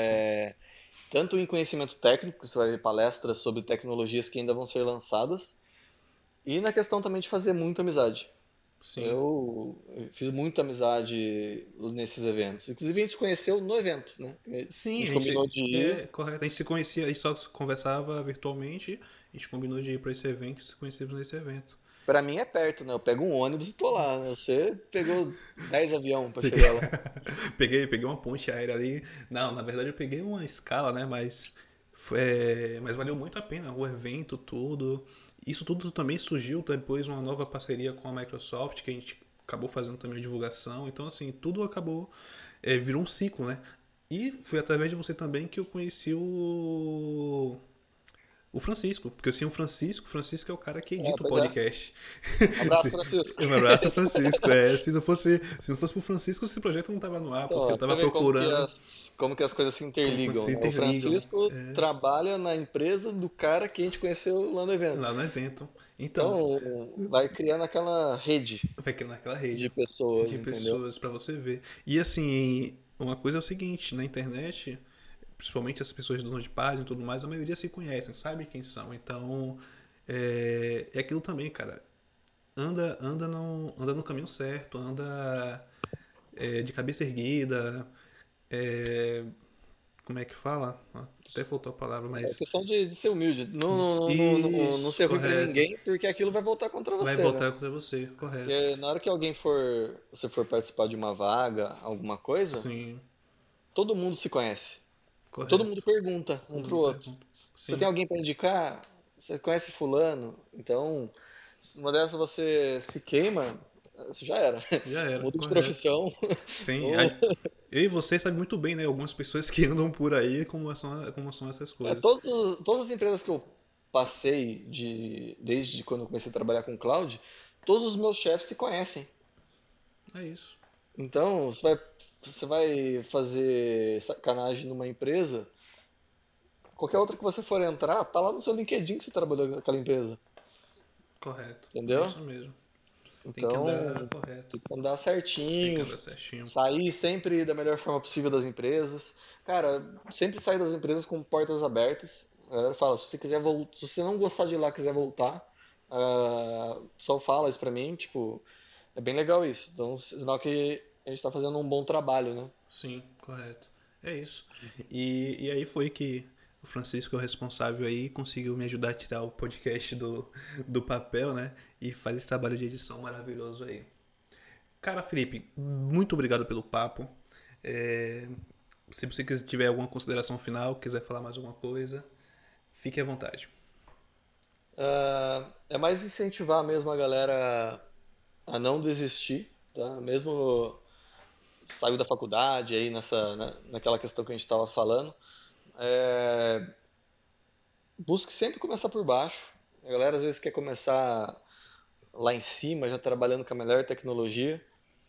Tanto em conhecimento técnico, você vai ver palestras sobre tecnologias que ainda vão ser lançadas, e na questão também de fazer muita amizade. sim. Eu fiz muita amizade nesses eventos. Inclusive a gente se conheceu no evento, né? A Sim, gente a combinou gente. de ir. É correto. A gente se conhecia, a gente só conversava virtualmente. A gente combinou de ir pra esse evento e se conhecemos nesse evento. Pra mim é perto, né? Eu pego um ônibus e tô lá, né? Você pegou 10 aviões pra Peguei, chegar lá. peguei uma ponte aérea ali. Não, na verdade eu peguei uma escala, né? Mas valeu muito a pena. O evento, tudo. Isso tudo também surgiu depois uma nova parceria com a Microsoft, que a gente acabou fazendo também a divulgação. Então, assim, tudo acabou. Virou um ciclo, né? E foi através de você também que eu conheci o Francisco, porque eu sei o Francisco é o cara que edita o Pois é. podcast. Abraço, Francisco. Um abraço, Francisco. Se não fosse pro Francisco, esse projeto não tava no ar, Então, porque eu ó, tava você vê procurando como que as coisas se como interligam, se né? O interligam Francisco trabalha na empresa do cara que a gente conheceu lá no evento. lá no evento. Então, Então, vai criando aquela rede vai criar naquela de rede pessoas, de entendeu? pessoas pra você ver. E assim, uma coisa é o seguinte, na internet, principalmente as pessoas donas de página e tudo mais, a maioria se conhecem, sabe quem são. Então, é aquilo também, cara. Anda no caminho certo, anda de cabeça erguida, é, como é que fala? Até faltou a palavra, É mas questão de ser humilde. Não isso, ser ruim pra correto. ninguém, porque aquilo vai voltar contra Vai você, né? voltar contra você, correto. Porque na hora que você for participar de uma vaga, alguma coisa, Sim, todo mundo se conhece. E todo mundo correto. pergunta um Todo pro mundo outro. pergunta. Você tem Sim, alguém pra indicar? Você conhece fulano? Então, uma dessas você se queima, você já era. já era, Muda de correto. profissão. Sim, Ou, eu e você sabe muito bem, né? Algumas pessoas que andam por aí, como são essas coisas. todas as empresas que eu passei desde quando eu comecei a trabalhar com cloud, todos os meus chefes se conhecem. É isso. Então, você vai fazer sacanagem numa empresa, qualquer outra que você for entrar, tá lá no seu LinkedIn que você trabalhou naquela empresa. Correto. É Entendeu? isso mesmo. Tem que andar Então, correto. tem que andar Tem que certinho, andar certinho. sair sempre da melhor forma possível das empresas. Cara, sempre sair das empresas com portas abertas. A galera fala, se você quiser voltar, se você não gostar de ir lá, quiser voltar, só fala isso pra mim, tipo, é bem legal isso. Então, sinal que a gente tá fazendo um bom trabalho, né? Sim, correto. É isso. E aí foi que o Francisco, é o responsável aí, conseguiu me ajudar a tirar o podcast do papel, né? E faz esse trabalho de edição maravilhoso aí. Cara, Felipe, muito obrigado pelo papo. É, Se você tiver alguma consideração final, quiser falar mais alguma coisa, fique à vontade. É mais incentivar mesmo a galera a não desistir, tá? Mesmo saiu da faculdade, aí naquela questão que a gente estava falando, busque sempre começar por baixo. A galera às vezes quer começar lá em cima, já trabalhando com a melhor tecnologia,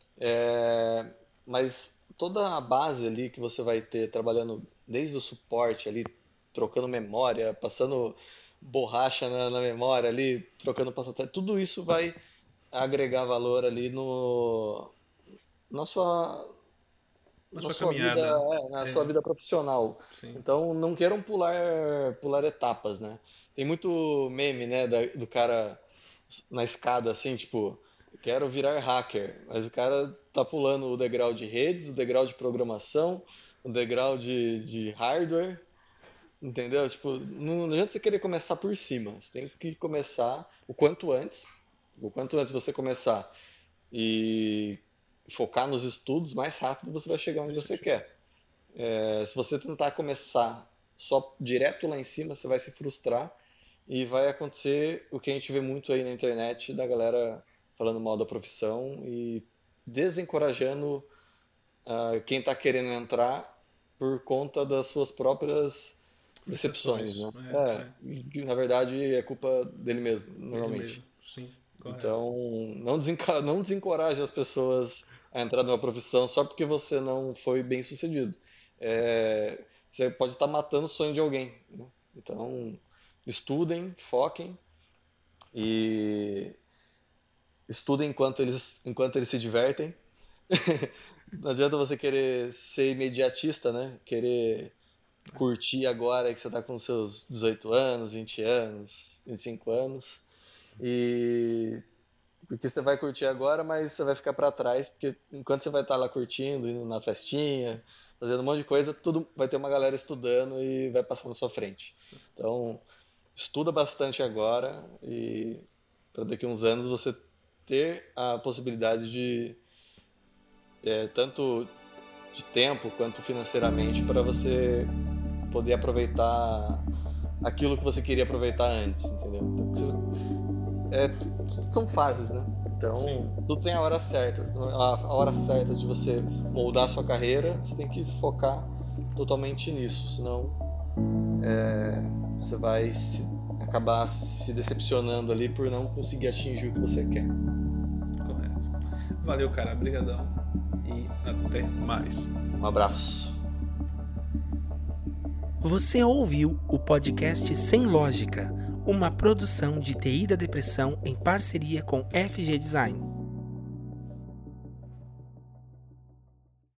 mas toda a base ali que você vai ter trabalhando desde o suporte ali, trocando memória, passando borracha na memória ali, trocando passatempo, tudo isso vai agregar valor ali na sua caminhada. vida, na sua vida profissional. Sim. Então não queiram pular etapas, né? Tem muito meme, né, do cara na escada assim, tipo, quero virar hacker, mas o cara tá pulando o degrau de redes, o degrau de programação, o degrau de hardware, entendeu? Tipo, não adianta você querer começar por cima, você tem que começar o quanto antes você começar e focar nos estudos, mais rápido você vai chegar onde você quer. Se você tentar começar só direto lá em cima, você vai se frustrar e vai acontecer o que a gente vê muito aí na internet, da galera falando mal da profissão e desencorajando quem está querendo entrar por conta das suas próprias decepções, né? Que, na verdade é culpa dele mesmo, normalmente. Ele mesmo. Sim, correto. Então, não desencoraje as pessoas a entrar numa profissão só porque você não foi bem sucedido. Você pode estar matando o sonho de alguém, né? Então, estudem, foquem e estudem enquanto eles se divertem. Não adianta você querer ser imediatista, né? Querer curtir agora que você está com seus 18 anos, 20 anos, 25 anos. Porque você vai curtir agora, mas você vai ficar para trás, porque enquanto você vai estar lá curtindo, indo na festinha, fazendo um monte de coisa, tudo vai ter uma galera estudando e vai passar na sua frente. Então, estuda bastante agora e para daqui a uns anos você ter a possibilidade de tanto de tempo quanto financeiramente para você poder aproveitar aquilo que você queria aproveitar antes, entendeu? Então, são fases, né? Então, tudo tem a hora certa. A hora certa de você moldar a sua carreira, você tem que focar totalmente nisso, senão você vai acabar se decepcionando ali por não conseguir atingir o que você quer. Correto. Valeu, cara. Obrigadão e até mais. Um abraço. Você ouviu o podcast Sem Lógica, uma produção de TI da Depressão em parceria com FG Design.